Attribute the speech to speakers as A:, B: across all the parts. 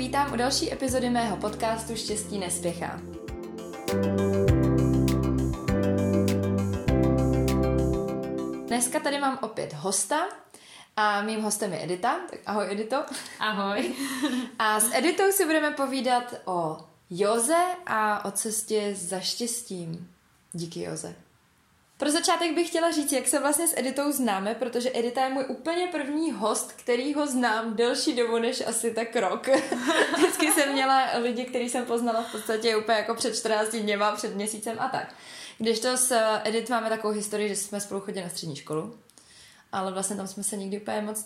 A: vítám u další epizody mého podcastu Štěstí nespěchá. Dneska tady mám opět hosta a mým hostem je Edita. Tak ahoj, Edito.
B: Ahoj.
A: A s Editou si budeme povídat o józe a o cestě za štěstím. Díky józe. Pro začátek bych chtěla říct, jak se vlastně s Editou známe, protože Edita je můj úplně první host, který ho znám delší dobu než asi tak rok. Vždycky jsem měla lidi, který jsem poznala v podstatě úplně jako před 14 dněma, před měsícem a tak. Kdežto s Edit máme takovou historii, že jsme spolu chodili na střední školu, ale vlastně tam jsme se nikdy úplně moc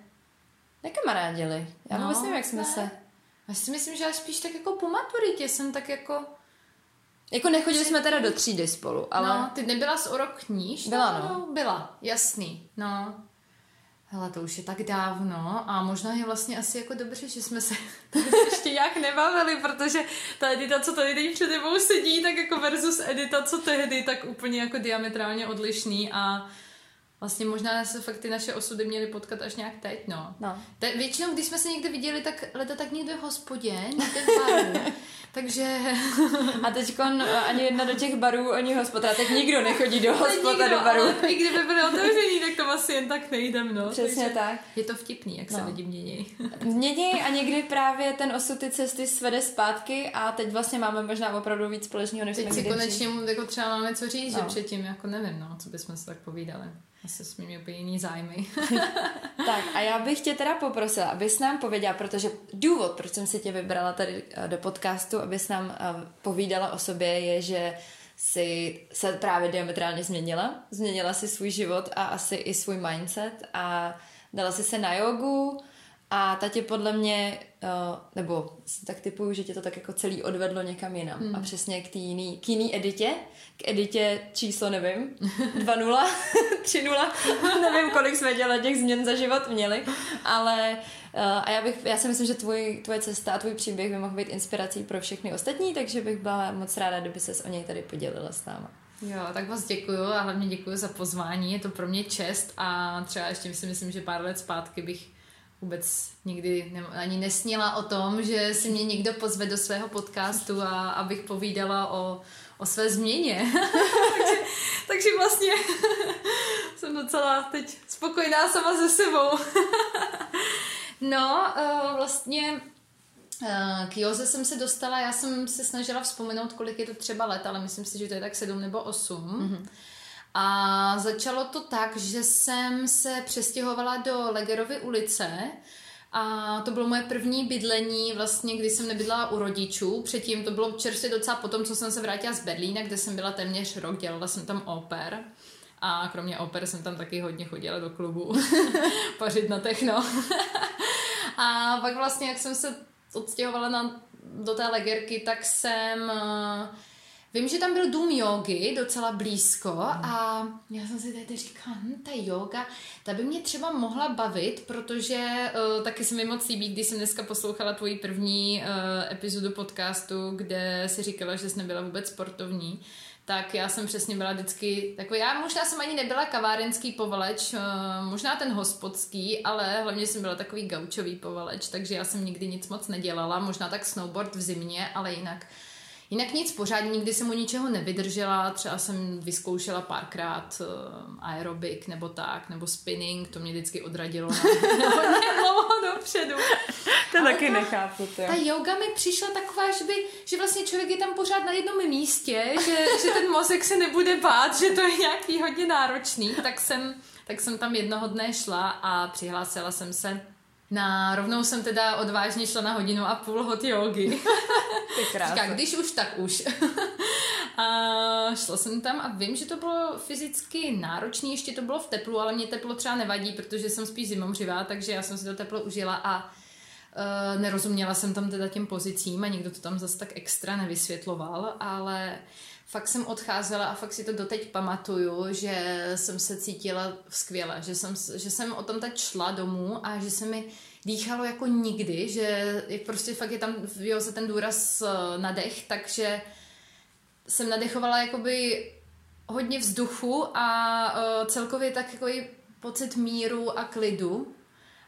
A: nekamarádili. Já vůbec nevím, jak jsme se...
B: Já si myslím, že spíš tak jako po maturitě jsem tak jako...
A: Jako nechodili jsme teda do třídy spolu, ale...
B: No, ty nebyla o rok níž?
A: Byla, no.
B: Byla, jasný, no. Hele, to už je tak dávno a možná je vlastně asi jako dobře, že jsme se ještě nějak nebavili, protože ta Edita, co tady teď před tebou sedí, tak jako versus Edita, co tehdy, tak úplně jako diametrálně odlišný a vlastně možná se fakt ty naše osudy měly potkat až nějak teď, no. Většinou, když jsme se někde viděli, tak tak někde v hospodě, někde v baru. Takže...
A: A teďkon ani jedna do těch barů, ani hospod. A teď nikdo nechodí do hospod a do baru.
B: I kdyby byly otevřený, tak to asi jen tak nejdem, no.
A: Přesně
B: takže
A: tak.
B: Je to vtipný, jak se lidi mění.
A: Mění a někdy právě ten osud ty cesty svede zpátky a teď vlastně máme možná opravdu víc společného, než jsme
B: teď
A: kdy
B: si konečně jako třeba máme co říct,
A: no.
B: Že předtím jako nevím, no, co bychom se tak povídali. Asi jsme měli úplně jiný zájmy.
A: Tak a já bych tě teda poprosila, abys nám pověděla, protože důvod, proč jsem si tě vybrala tady do podcastu, abys nám povídala o sobě, je, že jsi se právě diametrálně změnila. Změnila si svůj život a asi i svůj mindset a dala si se na jogu a ta tě podle mě, nebo tak typuju, že tě to tak jako celý odvedlo někam jinam. A přesně k jiný Editě, k Editě číslo nevím, 2.0, 3.0, nevím, kolik jsme dělali těch změn za život měli, ale a já si myslím, že tvoje cesta a tvůj příběh by mohl být inspirací pro všechny ostatní, takže bych byla moc ráda, kdyby ses o něj tady podělila s náma.
B: Jo, tak vás děkuju a hlavně děkuju za pozvání, je to pro mě čest a třeba ještě si myslím, že pár let zpátky bych vůbec nikdy ani nesnila o tom, že si mě někdo pozve do svého podcastu a abych povídala o své změně. takže vlastně jsem docela teď spokojená sama se sebou. No, vlastně k józe jsem se dostala, já jsem se snažila vzpomenout, kolik je to třeba let, ale myslím si, že to je tak 7 nebo 8. Mm-hmm. A začalo to tak, že jsem se přestěhovala do Legerovy ulice a to bylo moje první bydlení, vlastně, kdy jsem nebydlela u rodičů. Předtím to bylo čerstvě docela potom, co jsem se vrátila z Berlína, kde jsem byla téměř rok, dělala jsem tam oper. A kromě oper jsem tam taky hodně chodila do klubu pařit na techno. A pak vlastně, jak jsem se odstěhovala do té Legerky, tak jsem... Vím, že tam byl dům jógy docela blízko a já jsem si tady říkala, ta jóga, ta by mě třeba mohla bavit, protože taky se mi moc líbí, když jsem dneska poslouchala tvoji první epizodu podcastu, kde si říkala, že jsi nebyla vůbec sportovní, tak já jsem přesně byla vždycky takový, já možná jsem ani nebyla kavárenský povaleč, možná ten hospodský, ale hlavně jsem byla takový gaučový povaleč, takže já jsem nikdy nic moc nedělala, možná tak snowboard v zimě, ale jinak nic pořádně, nikdy jsem u ničeho nevydržela, třeba jsem vyzkoušela párkrát aerobik nebo tak, nebo spinning, to mě vždycky odradilo hodně dlouho dopředu.
A: To taky nechápu.
B: Ta yoga mi přišla taková, že vlastně člověk je tam pořád na jednom místě, že ten mozek se nebude bát, že to je nějaký hodně náročný, tak jsem tam jednoho dne šla a přihlásila jsem se rovnou jsem teda odvážně šla na 1,5 hodiny hot jógy. Říká, když už, tak už. A šla jsem tam a vím, že to bylo fyzicky náročné, ještě to bylo v teplu, ale mě teplo třeba nevadí, protože jsem spíš zimomřivá, takže já jsem si to teplo užila a nerozuměla jsem tam teda těm pozicím a nikdo to tam zase tak extra nevysvětloval, ale fakt jsem odcházela a fakt si to doteď pamatuju, že jsem se cítila skvěle, že jsem o tom teď šla domů a že se mi dýchalo jako nikdy, že prostě fakt je tam v józe ten důraz na dech, takže jsem nadechovala jakoby hodně vzduchu a celkově tak jako pocit míru a klidu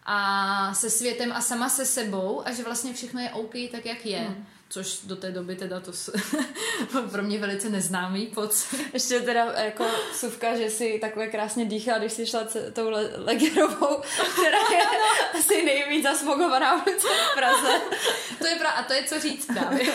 B: a se světem a sama se sebou a že vlastně všechno je OK tak, jak je. Což do té doby teda to pro mě velice neznámý pocit.
A: Ještě teda jako vsuvka, že si takhle krásně dýchala, když jsi šla tou Legerovou, která je asi nejvíc zasmogovaná ulice v Praze.
B: To je a to je co říct právě.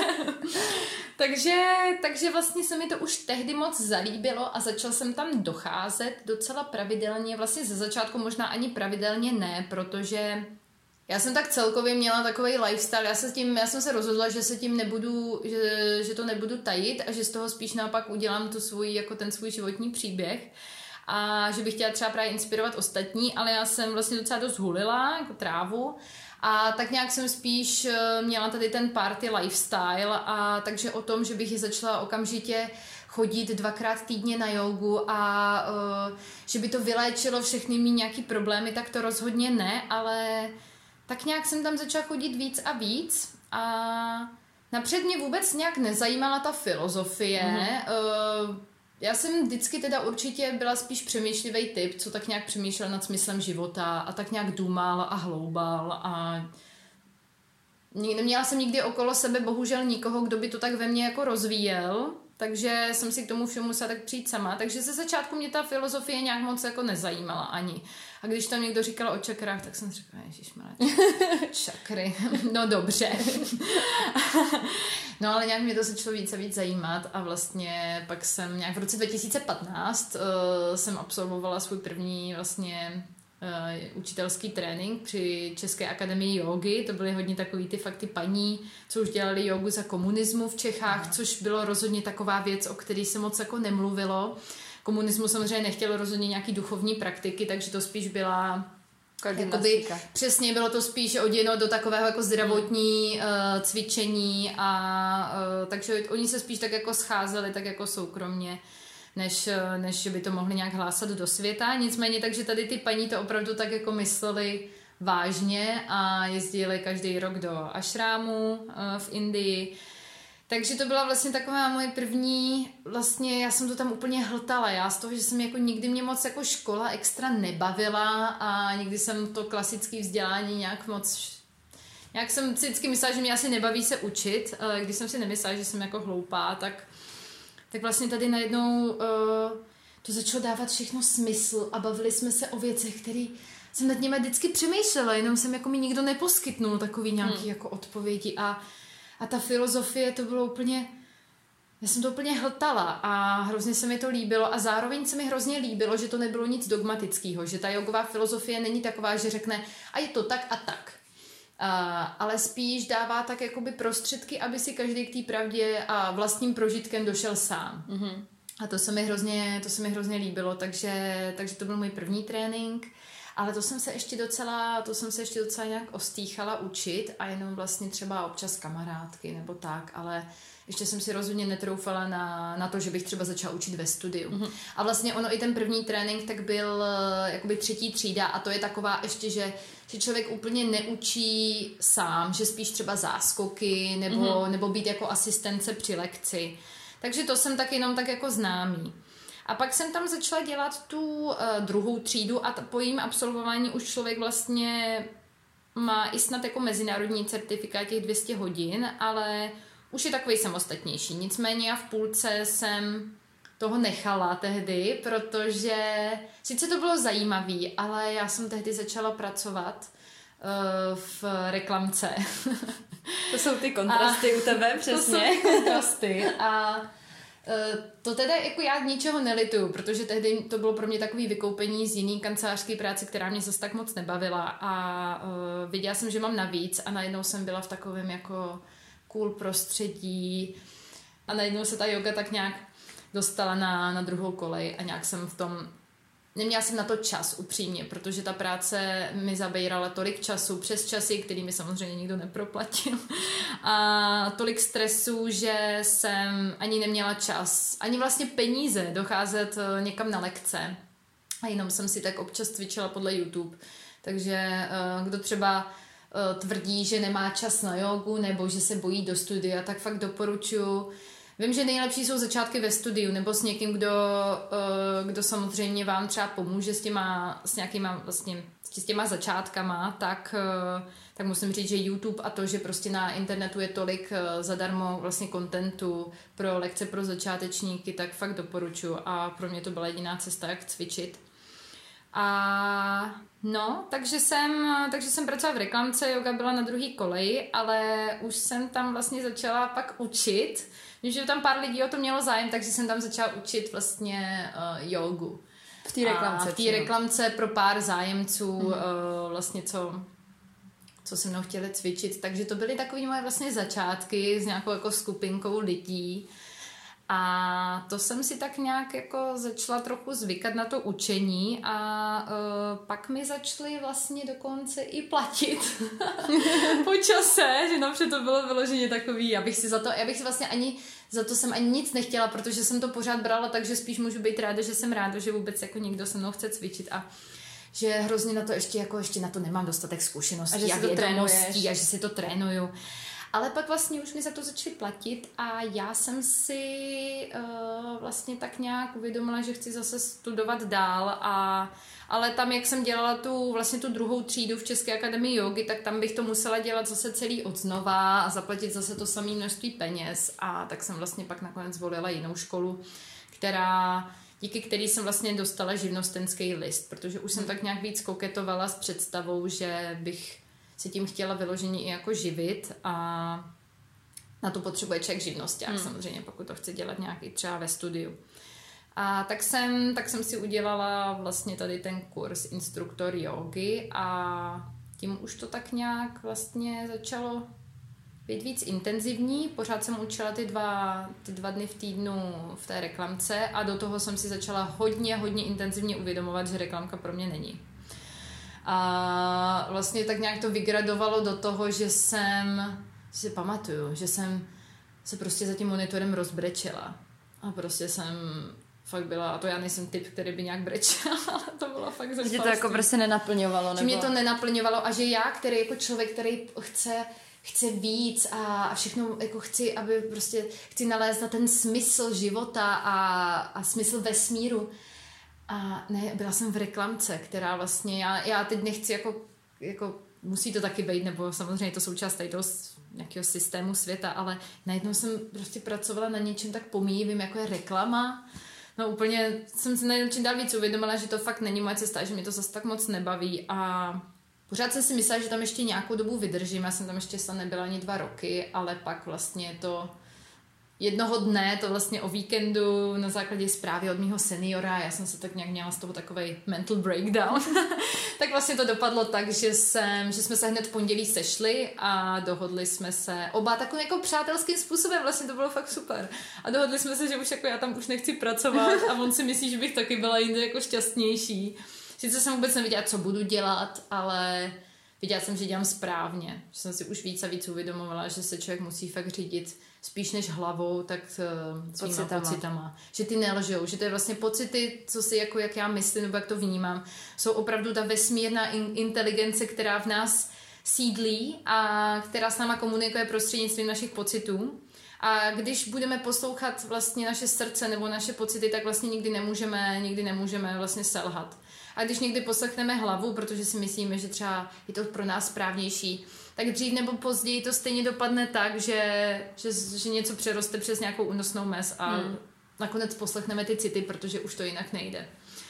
B: takže vlastně se mi to už tehdy moc zalíbilo a začal jsem tam docházet docela pravidelně. Vlastně ze začátku možná ani pravidelně ne, protože já jsem tak celkově měla takový lifestyle, já jsem se rozhodla, že se tím nebudu, že to nebudu tajit a že z toho spíš naopak udělám ten svůj životní příběh a že bych chtěla třeba právě inspirovat ostatní, ale já jsem vlastně docela dost hulila, jako trávu a tak nějak jsem spíš měla tady ten party lifestyle a takže o tom, že bych je začala okamžitě chodit 2krát týdně na jogu a že by to vyléčilo všechny mý nějaký problémy, tak to rozhodně ne, ale tak nějak jsem tam začala chodit víc a víc a napřed mě vůbec nějak nezajímala ta filozofie. Já jsem vždycky teda určitě byla spíš přemýšlivý typ, co tak nějak přemýšlel nad smyslem života a tak nějak důmal a hloubal a neměla jsem nikdy okolo sebe bohužel nikoho, kdo by to tak ve mně jako rozvíjel, takže jsem si k tomu všemu musela tak přijít sama, takže ze začátku mě ta filozofie nějak moc jako nezajímala ani. A když tam někdo říkal o čakrách, tak jsem řekla, ježišmarja, čakry, no dobře. No ale nějak mě to začalo víc a víc zajímat a vlastně pak jsem nějak v roce 2015 jsem absolvovala svůj první vlastně učitelský trénink při České akademii jógy. To byly hodně takový ty fakt ty paní, co už dělali jógu za komunismu v Čechách, což bylo rozhodně taková věc, o které se moc jako nemluvilo. Komunismu samozřejmě nechtělo rozhodně nějaký duchovní praktiky, takže to spíš byla jakoby, přesně bylo to spíš oděno do takového jako zdravotní cvičení a takže oni se spíš tak jako scházeli tak jako soukromně, než že by to mohli nějak hlásat do světa. Nicméně, takže tady ty paní to opravdu tak jako mysleli vážně a jezdili každý rok do ašrámu v Indii. Takže to byla vlastně taková moje první, vlastně já jsem to tam úplně hltala, já z toho, že jsem jako nikdy mě moc jako škola extra nebavila a nikdy jsem to klasické vzdělání nějak jsem si vždycky myslela, že mě asi nebaví se učit, když jsem si nemyslela, že jsem jako hloupá, tak vlastně tady najednou to začalo dávat všechno smysl a bavili jsme se o věcech, které jsem nad nimi vždycky přemýšlela, jenom jsem jako mi nikdo neposkytnul takový nějaký jako odpovědi a ta filozofie to bylo úplně, já jsem to úplně hltala a hrozně se mi to líbilo a zároveň se mi hrozně líbilo, že to nebylo nic dogmatického, že ta jogová filozofie není taková, že řekne a je to tak a tak. Ale spíš dává tak jakoby prostředky, aby si každý k té pravdě a vlastním prožitkem došel sám. Mm-hmm. A to se mi hrozně líbilo, takže to byl můj první trénink. Ale to jsem se ještě docela nějak ostýchala učit a jenom vlastně třeba občas kamarádky nebo tak, ale ještě jsem si rozhodně netroufala na to, že bych třeba začala učit ve studiu. Mm-hmm. A vlastně ono i ten první trénink tak byl jakoby 3. třída a to je taková ještě, že člověk úplně neučí sám, že spíš třeba záskoky nebo být jako asistence při lekci. Takže to jsem tak jenom tak jako známý. A pak jsem tam začala dělat tu 2. třídu a po jejím absolvování už člověk vlastně má i snad jako mezinárodní certifikát těch 200 hodin, ale už je takový samostatnější. Nicméně já v půlce jsem toho nechala tehdy, protože sice to bylo zajímavý, ale já jsem tehdy začala pracovat v reklamce.
A: To jsou ty kontrasty u tebe, přesně.
B: To jsou ty kontrasty a to teda jako já ničeho nelituju, protože tehdy to bylo pro mě takový vykoupení z jiný kancelářské práce, která mě zase tak moc nebavila a viděla jsem, že mám navíc a najednou jsem byla v takovém jako cool prostředí a najednou se ta yoga tak nějak dostala na druhou kolej a nějak jsem v tom neměla jsem na to čas upřímně, protože ta práce mi zabírala tolik času, přes časy, který mi samozřejmě nikdo neproplatil a tolik stresu, že jsem ani neměla čas, ani vlastně peníze docházet někam na lekce a jenom jsem si tak občas cvičila podle YouTube, takže kdo třeba tvrdí, že nemá čas na jogu nebo že se bojí do studia, tak fakt doporučuji Vím, že nejlepší jsou začátky ve studiu, nebo s někým, kdo samozřejmě vám třeba pomůže s nějakýma vlastně s těma začátkama, tak musím říct, že YouTube a to, že prostě na internetu je tolik zadarmo vlastně kontentu pro lekce pro začátečníky, tak fakt doporučuji a pro mě to byla jediná cesta, jak cvičit. A no, takže jsem pracovala v reklamce, yoga byla na druhý koleji, ale už jsem tam vlastně začala pak učit. Vím, že tam pár lidí o to mělo zájem, takže jsem tam začala učit vlastně jogu.
A: V té reklamce.
B: V té reklamce pro pár zájemců, vlastně co se mnou chtěli cvičit. Takže to byly takové moje vlastně začátky s nějakou jako skupinkou lidí. A to jsem si tak nějak jako začala trochu zvykat na to učení a pak mi začaly vlastně dokonce i platit po čase, že napřed to bylo vyloženě takový, já bych si vlastně ani za to jsem ani nic nechtěla, protože jsem to pořád brala, takže spíš můžu být ráda, že jsem ráda, že vůbec jako někdo se mnou chce cvičit a že hrozně na to ještě na to nemám dostatek zkušeností a vědomostí a že si to trénuju. Ale pak vlastně už mi za to začali platit a já jsem si vlastně tak nějak uvědomila, že chci zase studovat dál ale tam, jak jsem dělala tu druhou třídu v České akademii jógy, tak tam bych to musela dělat zase celý odznova a zaplatit zase to samé množství peněz a tak jsem vlastně pak nakonec zvolila jinou školu, díky který jsem vlastně dostala živnostenský list, protože už jsem tak nějak víc koketovala s představou, že bych se tím chtěla vyloženě i jako živit a na to potřebuje člověk živnosťák samozřejmě, pokud to chce dělat nějaký třeba ve studiu. A tak jsem si udělala vlastně tady ten kurz instruktor jógy a tím už to tak nějak vlastně začalo být víc intenzivní. Pořád jsem učila ty dva dny v týdnu v té reklamce a do toho jsem si začala hodně intenzivně uvědomovat, že reklamka pro mě není. A vlastně tak nějak to vygradovalo do toho, že si pamatuju, že jsem se prostě za tím monitorem rozbrečela. A prostě jsem fakt byla, a to já nejsem typ, který by nějak brečel, ale to bylo fakt zoufalství.
A: Že to jako prostě nenaplňovalo, nebo? Že
B: mě to nenaplňovalo a že já, který jako člověk, který chce víc a všechno jako chci nalézt na ten smysl života a smysl vesmíru. A ne, byla jsem v reklamce, která vlastně, já teď nechci jako musí to taky být, nebo samozřejmě to součást tady toho nějakého systému světa, ale najednou jsem prostě pracovala na něčem tak pomíjivým, jako je reklama. No úplně jsem se najednou čím dál víc uvědomila, že to fakt není moje cesta, že mě to zase tak moc nebaví a pořád jsem si myslela, že tam ještě nějakou dobu vydržím, já jsem tam ještě nebyla ani 2 roky, ale pak vlastně to jednoho dne, to vlastně o víkendu na základě zprávy od mýho seniora, já jsem se tak nějak měla z toho takovej mental breakdown, tak vlastně to dopadlo tak, že jsme se hned v pondělí sešli a dohodli jsme se oba takovým jako přátelským způsobem, vlastně to bylo fakt super. A dohodli jsme se, že už jako já tam už nechci pracovat a on si myslí, že bych taky byla jinde jako šťastnější. Sice jsem vůbec nevěděla, co budu dělat, ale viděla jsem, že dělám správně. Že jsem si už víc a víc uvědomovala, že se člověk musí fakt řídit spíš než hlavou, tak svýma pocitama. Že ty nelžou, že to je vlastně pocity, co si jako jak já myslím, nebo jak to vnímám, jsou opravdu ta vesmírná inteligence, která v nás sídlí a která s náma komunikuje prostřednictvím našich pocitů. A když budeme poslouchat vlastně naše srdce nebo naše pocity, tak vlastně nikdy nemůžeme vlastně selhat. A když někdy poslechneme hlavu, protože si myslíme, že třeba je to pro nás správnější, tak dřív nebo později to stejně dopadne tak, že něco přeroste přes nějakou únosnou mez a nakonec poslechneme ty city, protože už to jinak nejde.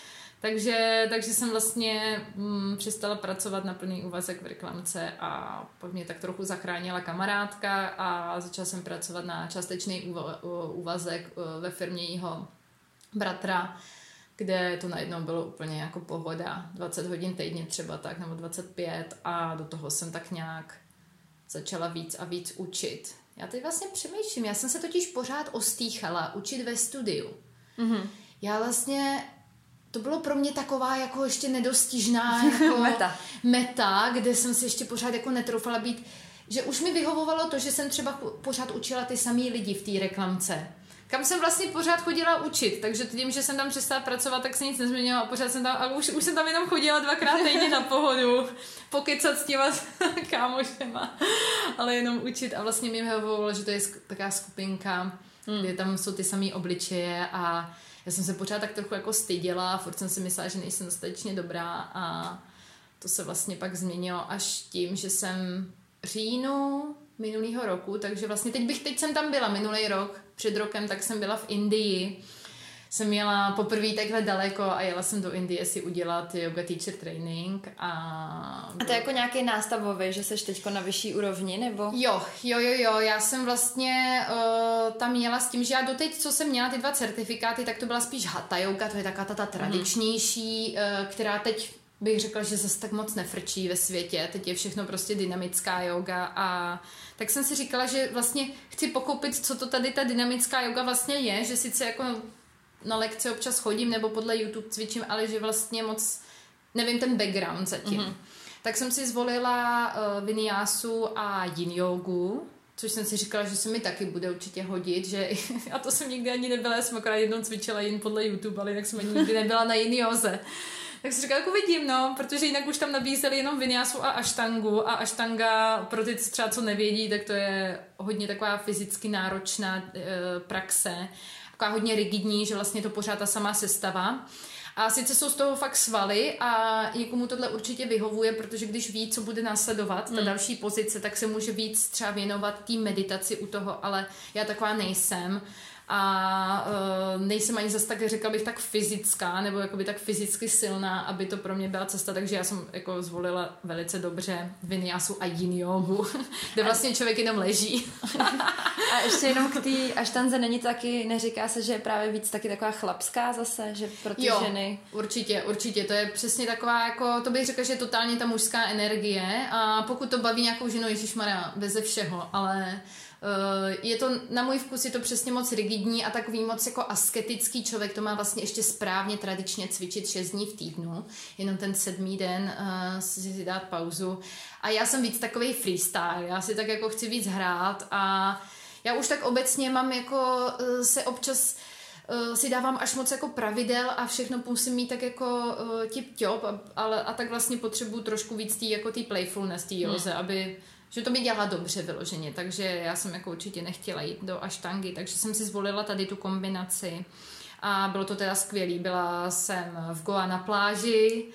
B: Takže jsem vlastně přestala pracovat na plný úvazek v reklamce a pak mě tak trochu zachránila kamarádka a začala jsem pracovat na částečný úvazek ve firmě jeho bratra, kde to najednou bylo úplně jako pohoda, 20 hodin týdně třeba tak, nebo 25 a do toho jsem tak nějak začala víc a víc učit. Já teď vlastně přemýšlím, já jsem se totiž pořád ostýchala učit ve studiu. Mm-hmm. Já vlastně, to bylo pro mě taková jako ještě nedostižná jako meta, kde jsem si ještě pořád jako netroufala být, že už mi vyhovovalo to, že jsem třeba pořád učila ty samý lidi v té reklamce. Kam jsem vlastně pořád chodila učit, takže tím, že jsem tam přestala pracovat, tak se nic nezměnilo a pořád jsem tam, ale už jsem tam jenom chodila 2krát týdně na pohodu, pokecat s těma kámošema, ale jenom učit a vlastně mi vyhovovalo, že to je taková skupinka kde tam jsou ty samé obličeje a já jsem se pořád tak trochu jako styděla, furt jsem si myslela, že nejsem dostatečně dobrá a to se vlastně pak změnilo až tím, že jsem říjnu minulýho roku, takže vlastně teď jsem tam byla minulý rok, před rokem, tak jsem byla v Indii. Jsem jela poprvé takhle daleko a jela jsem do Indie si udělat yoga teacher training. A
A: to je jako nějaký nástavový, že seš teďko na vyšší úrovni, nebo?
B: Jo, já jsem vlastně tam jela s tím, že já doteď, co jsem měla ty 2 certifikáty, tak to byla spíš hatha yoga, to je taková ta tradičnější, která teď bych řekla, že zase tak moc nefrčí ve světě, teď je všechno prostě dynamická yoga a tak jsem si říkala, že vlastně chci pochopit, co to tady ta dynamická yoga vlastně je, že sice jako na lekce občas chodím nebo podle YouTube cvičím, ale že vlastně moc nevím ten background zatím. Tak jsem si zvolila vinyásu a yin jogu, což jsem si říkala, že se mi taky bude určitě hodit, že a to jsem nikdy ani nebyla, já jsem akorát jednou cvičila yin podle YouTube, ale jinak jsem ani nikdy nebyla na yin józe. Tak si říkala, jako vidím, no, protože jinak už tam nabízeli jenom vinyásu a aštangu a aštanga, pro ty třeba co nevědí, tak to je hodně taková fyzicky náročná praxe, taková hodně rigidní, že vlastně to pořád ta samá sestava. A sice jsou z toho fakt svaly a někomu tohle určitě vyhovuje, protože když ví, co bude následovat, ta další pozice, tak se může víc třeba věnovat té meditaci u toho, ale já taková nejsem. A nejsem ani zase tak, řekla bych, tak fyzická, nebo jakoby tak fyzicky silná, aby to pro mě byla cesta, takže já jsem jako zvolila velice dobře vinyásu a yin jogu, kde vlastně člověk jenom leží.
A: A ještě jenom k té aštanze není to taky, neříká se, že je právě víc taky taková chlapská zase, že pro ty ženy.
B: Určitě, to je přesně taková, jako, to bych řekla, že je totálně ta mužská energie a pokud to baví nějakou ženu, ježišmarja, beze všeho, ale je to, na můj vkus je to přesně moc rigidní a takový moc jako asketický člověk, to má vlastně ještě správně tradičně cvičit 6 dní v týdnu, jenom ten 7. den si dát pauzu a já jsem víc takovej freestyle, já si tak jako chci víc hrát a já už tak obecně mám jako se občas si dávám až moc jako pravidel a všechno musím mít tak jako tip-top, ale a tak vlastně potřebuju trošku víc tý jako tý playfulness, tý józe, aby že to mi dělá dobře vyloženě, takže já jsem jako určitě nechtěla jít do aštangy, takže jsem si zvolila tady tu kombinaci a bylo to teda skvělý, byla jsem v Goa na pláži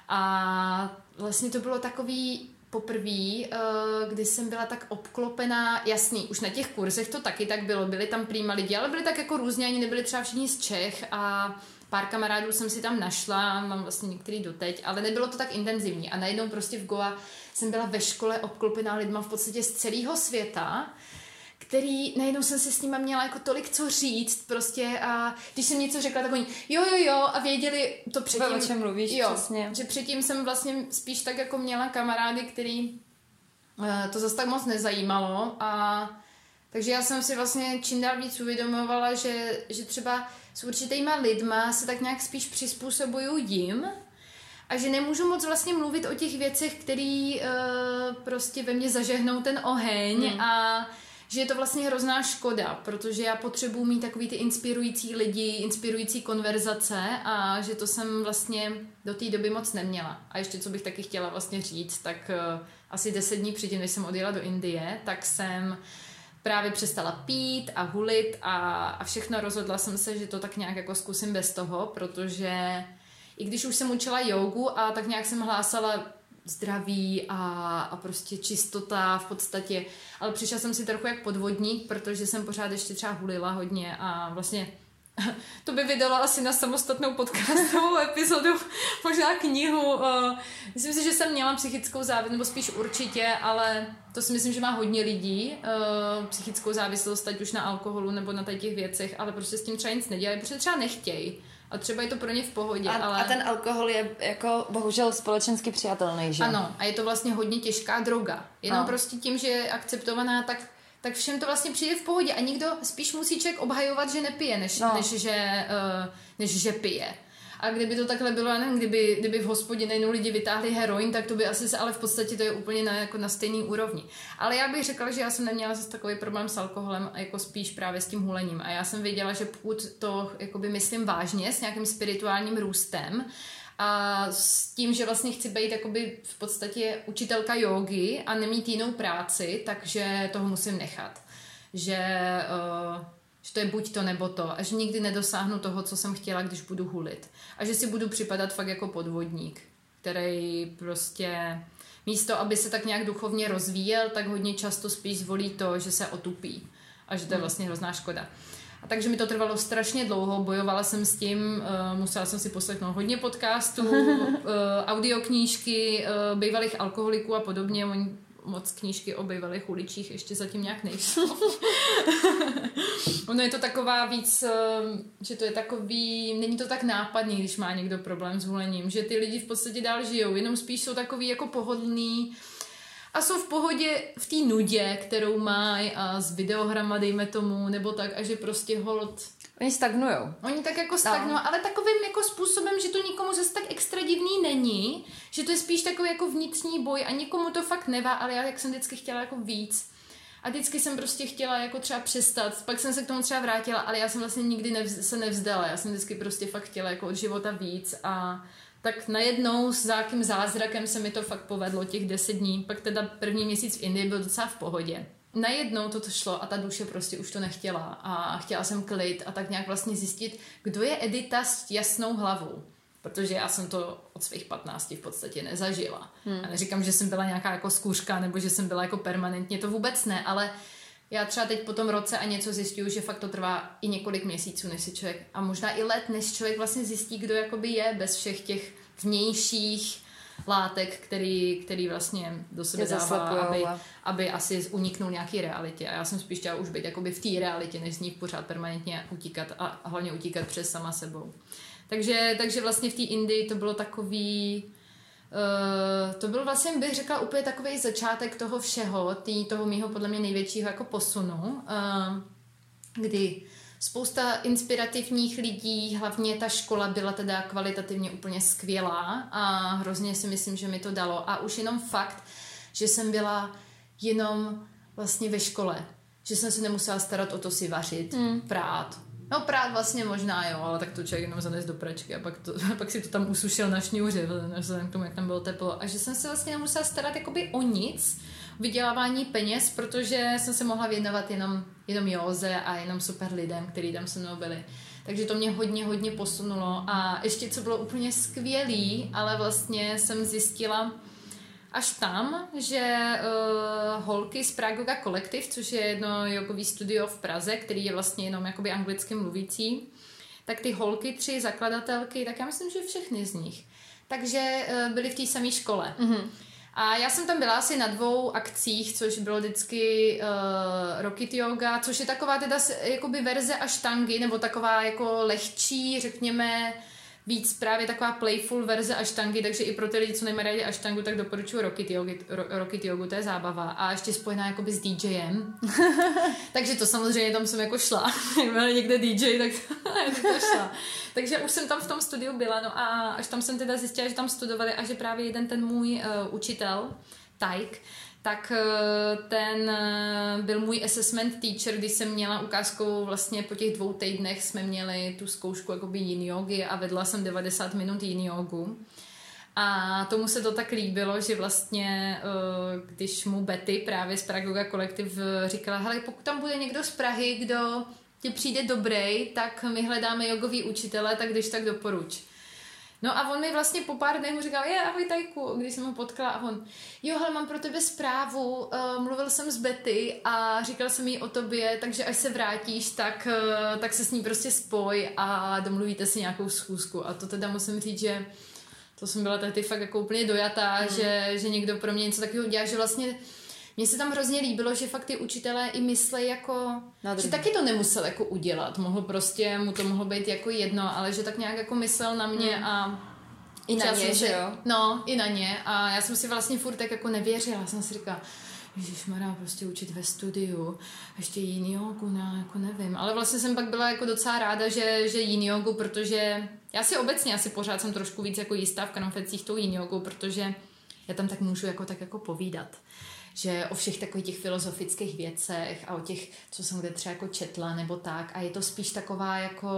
B: a vlastně to bylo takový poprvé, kdy jsem byla tak obklopená, jasný, už na těch kurzech to taky tak bylo, byli tam prýma lidi, ale byli tak jako různě, ani nebyli třeba všichni z Čech a pár kamarádů jsem si tam našla, mám vlastně některý doteď, ale nebylo to tak intenzivní a najednou prostě v Goa jsem byla ve škole obklopená lidma v podstatě z celého světa, který najednou jsem si s nima měla jako tolik co říct prostě a když jsem něco řekla, tak oni jo a věděli to předtím.
A: O čem mluvíš, přesně.
B: Že předtím jsem vlastně spíš tak jako měla kamarády, který to zase tak moc nezajímalo a takže já jsem si vlastně čím dál víc uvědomovala, že třeba s určitýma lidma se tak nějak spíš přizpůsobuju jim a že nemůžu moc vlastně mluvit o těch věcech, které prostě ve mně zažehnou ten oheň a že je to vlastně hrozná škoda, protože já potřebuji mít takový ty inspirující lidi, inspirující konverzace a že to jsem vlastně do té doby moc neměla. A ještě co bych taky chtěla vlastně říct, tak asi 10 dní předtím, než jsem odjela do Indie, tak jsem právě přestala pít a hulit a všechno, rozhodla jsem se, že to tak nějak jako zkusím bez toho, protože i když už jsem učila jógu a tak nějak jsem hlásala zdraví a prostě čistota v podstatě, ale přišla jsem si trochu jak podvodník, protože jsem pořád ještě třeba hulila hodně a vlastně to by vydalo asi na samostatnou podcastovou epizodu, možná knihu. Myslím si, že jsem měla psychickou závislost, nebo spíš určitě, ale to si myslím, že má hodně lidí, psychickou závislost, ať už na alkoholu nebo na těch věcech, ale prostě s tím třeba nic nedělají, protože třeba nechtějí. A třeba je to pro ně v pohodě.
A: A ten alkohol je jako bohužel společensky přijatelný, že?
B: Ano, a je to vlastně hodně těžká droga. Jenom prostě tím, že je akceptovaná, tak všem to vlastně přijde v pohodě. A nikdo spíš musí člověk obhajovat, že nepije, než že pije. A kdyby to takhle bylo, já nevím, kdyby v hospodě najednou lidi vytáhli heroin, tak to by asi se, ale v podstatě to je úplně na stejný úrovni. Ale já bych řekla, že já jsem neměla zase takový problém s alkoholem a jako spíš právě s tím hulením. A já jsem věděla, že pokud to jakoby myslím vážně s nějakým spirituálním růstem a s tím, že vlastně chci být jakoby v podstatě učitelka jógy a nemít jinou práci, takže toho musím nechat. Že že to je buď to nebo to a že nikdy nedosáhnu toho, co jsem chtěla, když budu hulit. A že si budu připadat fakt jako podvodník, který prostě místo, aby se tak nějak duchovně rozvíjel, tak hodně často spíš zvolí to, že se otupí a že to je vlastně hrozná škoda. A takže mi to trvalo strašně dlouho, bojovala jsem s tím, musela jsem si poslechnout hodně podcastů, audioknížky, bývalých alkoholiků a podobně, oni moc knížky o bývalých uličích ještě zatím nějak nejsou. Ono je to taková víc, že to je takový, není to tak nápadný, když má někdo problém s hulením, že ty lidi v podstatě dál žijou, jenom spíš jsou takový jako pohodlný a jsou v pohodě v té nudě, kterou mají a s videohrama, dejme tomu, nebo tak, a že prostě hold.
A: Oni stagnujou.
B: Oni tak jako stagnují, ale takovým jako způsobem, že to nikomu zase tak extra divný není, že to je spíš takový jako vnitřní boj a nikomu to fakt nevá, ale já jak jsem vždycky chtěla jako víc. A vždycky jsem prostě chtěla jako třeba přestat, pak jsem se k tomu třeba vrátila, ale já jsem vlastně nikdy se nevzdala, já jsem vždycky prostě fakt chtěla jako od života víc a tak najednou s nějakým zázrakem se mi to fakt povedlo těch 10 dní, pak teda první měsíc v Indii byl docela v pohodě. Najednou to šlo a ta duše prostě už to nechtěla a chtěla jsem klid a tak nějak vlastně zjistit, kdo je Edita s jasnou hlavou. Protože já jsem to od svých 15 v podstatě nezažila. A neříkám, že jsem byla nějaká jako zkouška nebo že jsem byla jako permanentně, to vůbec ne, ale já třeba teď po tom roce a něco zjišťuju, že fakt to trvá i několik měsíců, než si člověk, a možná i let, než člověk vlastně zjistí, kdo jakoby je bez všech těch vnějších látek, který vlastně do sebe dává, aby asi uniknul nějaký realitě. A já jsem spíš chtěla už být jakoby v té realitě, než z ní pořád permanentně utíkat a hlavně utíkat přes sama sebou. Takže vlastně v té Indii to bylo takový, to byl vlastně, bych řekla, úplně takový začátek toho všeho, toho mýho podle mě největšího jako posunu, kdy spousta inspirativních lidí, hlavně ta škola byla teda kvalitativně úplně skvělá a hrozně si myslím, že mi to dalo. A už jenom fakt, že jsem byla jenom vlastně ve škole, že jsem se nemusela starat o to si vařit, prát. No prát vlastně možná jo, ale tak to člověk jenom zanes do pračky a pak si to tam usušil na šňůře, vzhledem k tomu, jak tam bylo teplo. A že jsem se vlastně nemusela starat jakoby o nic, vydělávání peněz, protože jsem se mohla věnovat jenom józe a jenom super lidem, kteří tam se mnou byli. Takže to mě hodně posunulo a ještě co bylo úplně skvělý, ale vlastně jsem zjistila až tam, že holky z Prague Yoga Collective, což je jedno jogový studio v Praze, který je vlastně jenom jakoby anglicky mluvící, tak ty holky, 3 zakladatelky, tak já myslím, že všechny z nich, takže byly v té samé škole. Mm-hmm. A já jsem tam byla asi na 2 akcích, což bylo vždycky Rocket Yoga, což je taková teda jakoby verze aštangy, nebo taková jako lehčí, řekněme, víc právě taková playful verze aštangy, takže i pro ty lidi, co nemají rádi aštangu, tak doporučuji Rocket Yogu, to je zábava. A ještě spojená jakoby s DJem. Takže to samozřejmě tam jsem jako šla. Byl někde DJ, tak to šla. Takže už jsem tam v tom studiu byla, no a až tam jsem teda zjistila, že tam studovali a že právě jeden ten můj učitel, Tajk, tak ten byl můj assessment teacher, když jsem měla ukázkou vlastně po těch 2 týdnech jsme měli tu zkoušku jakoby yin yogy a vedla jsem 90 minut yin yogu. A tomu se to tak líbilo, že vlastně, když mu Betty právě z Prague Yoga Collective říkala, hele, pokud tam bude někdo z Prahy, kdo ti přijde dobrý, tak my hledáme jogový učitele, tak když tak doporuč. No a on mi vlastně po pár dnech mu říkal, ahoj Tajku, když jsem ho potkala a on, jo, hele, mám pro tebe zprávu, mluvil jsem s Betty a říkal jsem jí o tobě, takže až se vrátíš, tak se s ní prostě spoj a domluvíte si nějakou schůzku. A to teda musím říct, že to jsem byla tady fakt jako úplně dojatá, že někdo pro mě něco takového dělá, že vlastně mně se tam hrozně líbilo, že fakt ty učitelé i myslej jako, že taky to nemusel jako udělat, mu to mohlo být jako jedno, ale že tak nějak jako myslel na mě a
A: i na ně, že jo?
B: No, i na ně a já jsem si vlastně furt tak jako nevěřila, jsem si říkala, ježišmarja, prostě učit ve studiu, ještě yin jogu, jako nevím, ale vlastně jsem pak byla jako docela ráda, že yin jogu, protože já si obecně asi pořád jsem trošku víc jako jistá v konfecích tou yin jogu, protože já tam tak můžu jako tak jako povídat, že o všech takových těch filozofických věcech a o těch, co jsem kde třeba jako četla nebo tak a je to spíš taková jako,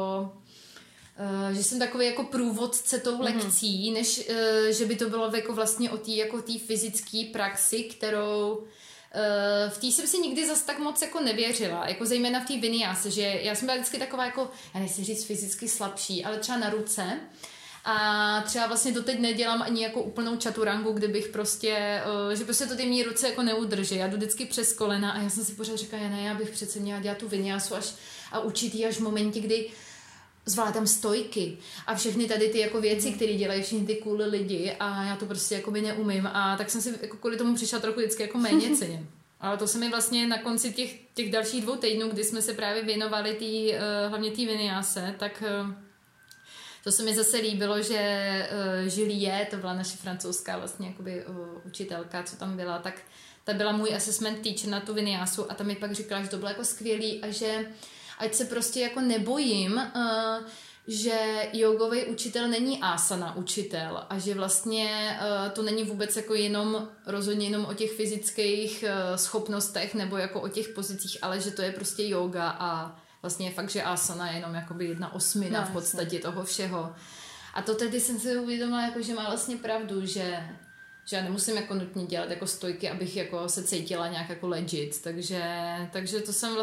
B: že jsem takový jako průvodce tou lekcí, než že by to bylo jako vlastně o té jako fyzické praxi, kterou v té jsem si nikdy zas tak moc jako nevěřila, jako zejména v té vinyáse, že já jsem byla vždycky taková jako, já nechci říct fyzicky slabší, ale třeba na ruce. A třeba vlastně doteď nedělám ani jako úplnou čaturangu, kde bych prostě, že prostě to ty mý ruce jako neudrží. Já jdu vždycky přes kolena a já jsem si pořád říkala, ne, já bych přece měla dělat tu vinyásu a učit ji až v momentě, kdy zvládám stojky a všechny tady ty jako věci, které dělají všichni ty cool lidi a já to prostě jako by neumím a tak jsem si jako kvůli tomu přišla trochu vždycky jako méně ceně. Ale to se mi vlastně na konci těch dalších 2 týdnů, kdy jsme se právě věnovali hlavně té vinyáse, tak to se mi zase líbilo, že Julie, to byla naše francouzská vlastně jakoby učitelka, co tam byla, tak ta byla můj assessment teacher na tu vinyásu a ta mi pak říkala, že to bylo jako skvělý a že ať se prostě jako nebojím, že jogový učitel není asana učitel a že vlastně to není vůbec jako rozhodně jenom o těch fyzických schopnostech nebo jako o těch pozicích, ale že to je prostě yoga a vlastně je fakt, že asana je jenom jakoby 1/8 v podstatě toho všeho. A to tedy jsem si uvědomila, jako, že má vlastně pravdu, že já nemusím jako nutně dělat jako stojky, abych jako se cítila nějak jako legit. Takže to jsem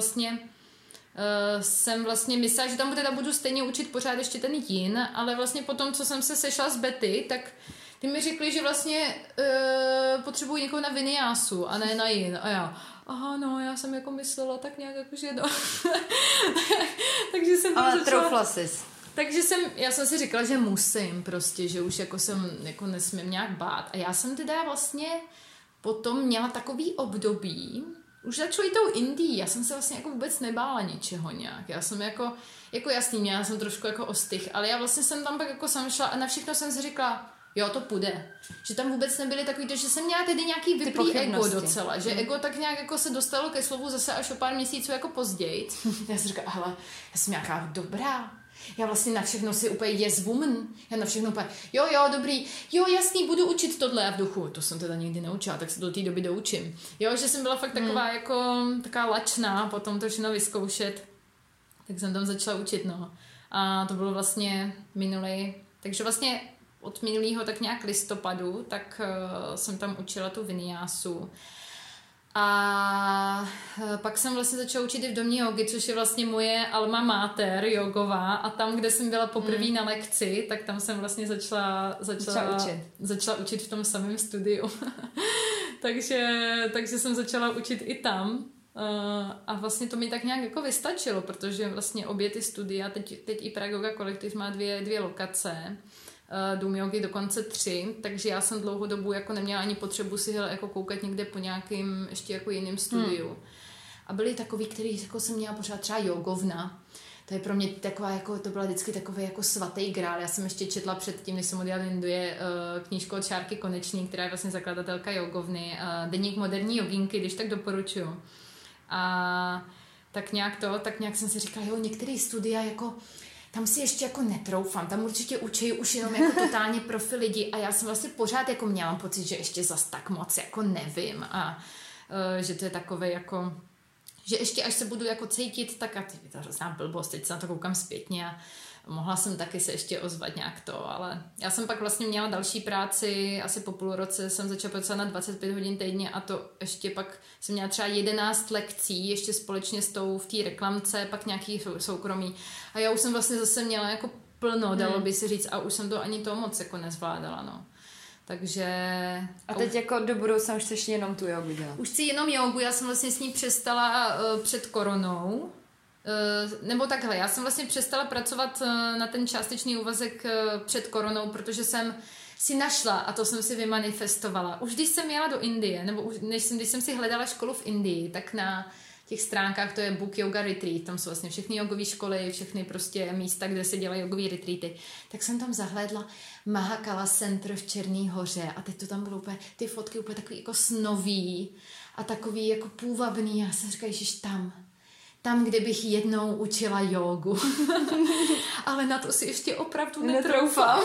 B: vlastně myslela, že tam teda budu stejně učit pořád ještě ten jin, ale vlastně potom, co jsem se sešla s Betty, tak ty mi řekli, že vlastně potřebuji někoho na vinyásu a ne na jin. A já, aha, no, já jsem jako myslela tak nějak jako, že no. Takže jsem
A: ale troufla sis.
B: Takže já jsem si říkala, že musím prostě, že už jako jsem jako nesmím nějak bát. A já jsem teda vlastně potom měla takový období, už začala tou Indií, já jsem se vlastně jako vůbec nebála ničeho nějak. Já jsem jako jasný, měla jsem trošku jako ostych, ale já vlastně jsem tam pak jako sam šla a na všechno jsem si říkala, jo, to půjde. Že tam vůbec nebyly takový to, že jsem měla tedy nějaký vyplý ego docela, že ego tak nějak jako se dostalo ke slovu zase až o pár měsíců jako později. Já jsem říkala, hele, já jsem nějaká dobrá. Já vlastně na všechno si úplně yes woman. Já na všechno úplně, jo, dobrý, jo, jasný, budu učit tohle a v duchu. To jsem teda nikdy neučila, tak se do té doby doučím. Jo, že jsem byla fakt taková jako, taková lačná, potom to všechno vyzkoušet. Tak jsem tam začala učit, no. A to bylo vlastně takže vlastně od minulého tak nějak listopadu, tak jsem tam učila tu vinyásu. A pak jsem vlastně začala učit i v domě jogy, což je vlastně moje alma mater jogová a tam, kde jsem byla poprvé na lekci, tak tam jsem vlastně začala učit v tom samém studiu. takže jsem začala učit i tam a vlastně to mi tak nějak jako vystačilo, protože vlastně obě ty studia, teď i Prague Yoga Kolektiv má dvě lokace, Dům jogy dokonce 3, takže já jsem dlouhou dobu jako neměla ani potřebu si jako koukat někde po nějakým ještě jako jiným studiu. A byli takový, který jako jsem měla pořád třeba jogovna. To je pro mě taková, jako, to byla vždycky takový jako svatý grál. Já jsem ještě četla předtím, než jsem odjela do Indie, knížku od Šárky Konečný, která je vlastně zakladatelka jogovny. Deník moderní joginky, když tak doporučuju. A tak nějak jsem si říkala, jo, některé studia jako tam si ještě jako netroufám, tam určitě učí už jenom jako totálně profi lidi a já jsem vlastně pořád jako měla pocit, že ještě zas tak moc jako nevím a že to je takové jako, že ještě až se budu jako cítit, tak a to je hrozná blbost, teď se na to koukám zpětně a mohla jsem taky se ještě ozvat nějak to, ale já jsem pak vlastně měla další práci, asi po půl roce jsem začala pracovat na 25 hodin týdně a to ještě pak jsem měla třeba 11 lekcí, ještě společně s tou v té reklamce, pak nějaký soukromí a já už jsem vlastně zase měla jako plno, dalo by se říct a už jsem to ani to moc jako nezvládala, no. Takže...
A: A teď jako do budoucna už chceš jenom tu jogu dělat?
B: Už chci jenom jogu, já jsem vlastně s ní přestala před koronou. Nebo takhle, já jsem vlastně přestala pracovat na ten částečný úvazek před koronou, protože jsem si našla, a to jsem si vymanifestovala. Už když jsem jela do Indie, nebo už, když jsem si hledala školu v Indii, tak na těch stránkách to je Book Yoga Retreat, tam jsou vlastně všechny jogové školy, všechny prostě místa, kde se dělají jogové retreaty. Tak jsem tam zahlédla Mahakala Center v Černý Hoře a teď to tam bylo úplně, ty fotky úplně takový jako snový a takový jako půvabný. Já jsem říkala, ježiš, tam, kde bych jednou učila jogu. Ale na to si ještě opravdu netroufám.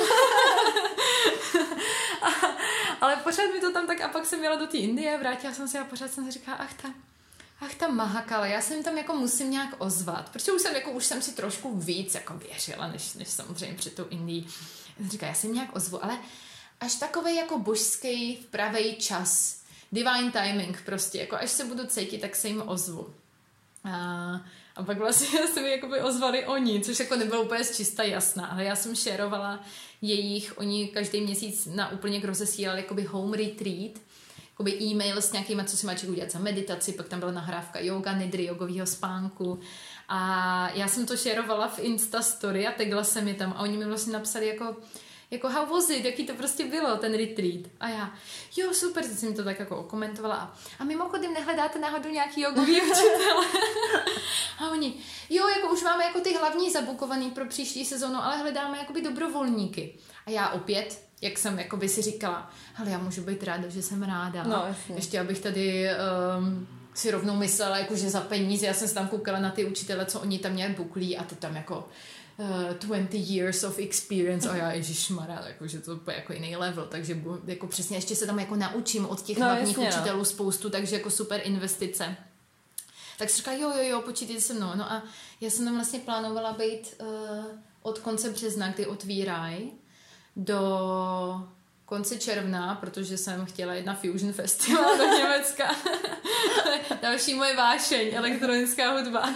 B: Ale pořád mi to tam tak, a pak jsem jela do té Indie, vrátila jsem se a pořád jsem si říkala, ach ta Mahakala, já se jim tam jako musím nějak ozvat, protože už jsem si trošku víc jako věřila, než samozřejmě před tou Indií. Já jsem říkala, já se jim nějak ozvu, ale až takovej jako božský pravej čas divine timing prostě, jako až se budu cítit, tak se jim ozvu. A pak vlastně se mi jakoby ozvali oni, což jako nebylo úplně čista jasná, ale já jsem šerovala oni každý měsíc na úplně rozesílali jakoby home retreat, jakoby e-mail s nějakýma, co si má člověk udělat za meditaci, pak tam byla nahrávka yoga, nidry, jogovýho spánku a já jsem to šerovala v Insta story a tagla jsem je tam a oni mi vlastně napsali jako how was it, jaký to prostě bylo, ten retreat. A já, jo, super, teď jsem mi to tak jako okomentovala. A mimochodem nehledáte náhodou nějaký jogový učitele? A oni, jo, jako už máme jako ty hlavní zabukovaný pro příští sezónu, ale hledáme jakoby dobrovolníky. A já opět, jak jsem jakoby si říkala, hele, já můžu být ráda, že jsem ráda.
A: No, jasně.
B: Ještě abych tady si rovnou myslela, jako, že za peníze, já jsem se tam koukala na ty učitele, co oni tam nějak buklí a to tam jako 20 years of experience a já ježišmarja, jako, že to je jako jiný level, takže jako přesně ještě se tam jako naučím od těch hlavních učitelů spoustu, takže jako super investice. Tak se říká, jo, počítejte se mnou. No a já jsem tam vlastně plánovala být od konce března, kdy otvírají, do konce června, protože jsem chtěla jít na Fusion Festival do Německa. Další moje vášeň, elektronická hudba.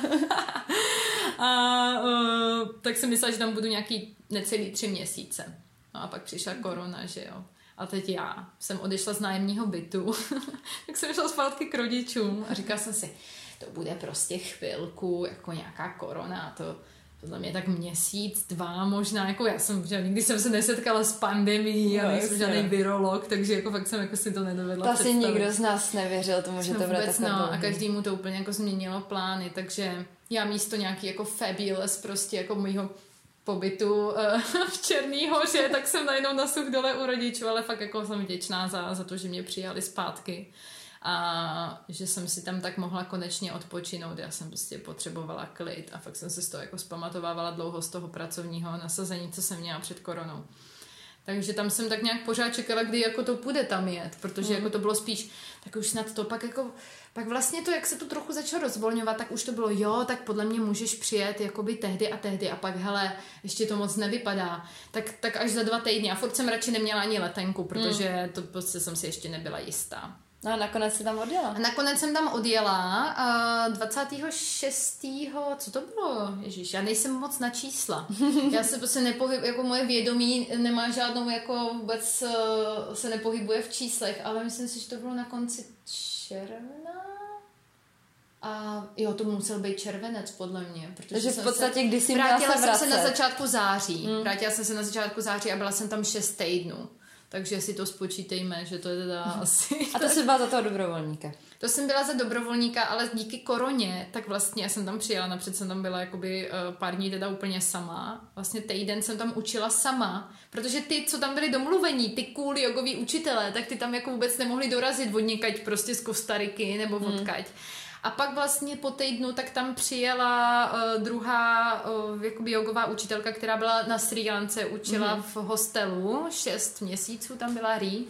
B: Tak jsem myslela, že tam budu nějaký necelý 3 měsíce. No a pak přišla korona, že jo. A teď já jsem odešla z nájemního bytu, tak jsem šla zpátky k rodičům a říkala jsem si, to bude prostě chvilku, jako nějaká korona, to za mě tak měsíc, 2 možná, jako já jsem, že nikdy jsem se nesetkala s pandemií a nejsem žádný virolog, takže jako fakt jsem jako si to nedovedla představit.
A: To asi nikdo z nás nevěřil tomu, že to bude takhle dlouhý.
B: A každému to úplně jako změnilo plány, takže já místo nějaký jako fabulous prostě jako mýho pobytu v Černý Hoře, tak jsem najednou na Suchdole u rodičů, ale fakt jako jsem vděčná za to, že mě přijali zpátky a že jsem si tam tak mohla konečně odpočinout. Já jsem prostě potřebovala klid a fakt jsem se z toho jako zpamatovávala dlouho z toho pracovního nasazení, co jsem měla před koronou. Takže tam jsem tak nějak pořád čekala, kdy jako to půjde tam jet, protože jako to bylo spíš, tak už snad to pak vlastně to, jak se to trochu začalo rozvolňovat, tak už to bylo, jo, tak podle mě můžeš přijet jakoby tehdy a pak hele, ještě to moc nevypadá, tak až za 2 týdny a furt jsem radši neměla ani letenku, protože to prostě jsem si ještě nebyla jistá.
A: No a nakonec jsi tam odjela.
B: A nakonec jsem tam odjela 26. Co to bylo? Ježíš, já nejsem moc na čísla. Já se prostě nepohybuji, jako moje vědomí nemá žádnou, jako vůbec se nepohybuje v číslech, ale myslím si, že to bylo na konci června. A jo, to musel být červenec, podle mě.
A: Takže v podstatě, když jsi měla se vracet.
B: Vrátila jsem se na začátku září. Vrátila jsem se na začátku září a byla jsem tam 6 týdnů. Takže si to spočítejme, že to je teda asi...
A: A to jsi byla za toho dobrovolníka?
B: To jsem byla za dobrovolníka, ale díky koroně, tak vlastně já jsem tam přijela, napřed jsem tam byla jakoby pár dní teda úplně sama. Vlastně týden jsem tam učila sama, protože ty, co tam byli domluvení, ty cool jogoví učitelé, tak ty tam jako vůbec nemohli dorazit od někať prostě z Kostariky nebo odkať. A pak vlastně po týdnu tak tam přijela druhá jakoby jogová učitelka, která byla na Srí Lance, učila v hostelu, 6 měsíců tam byla Rí.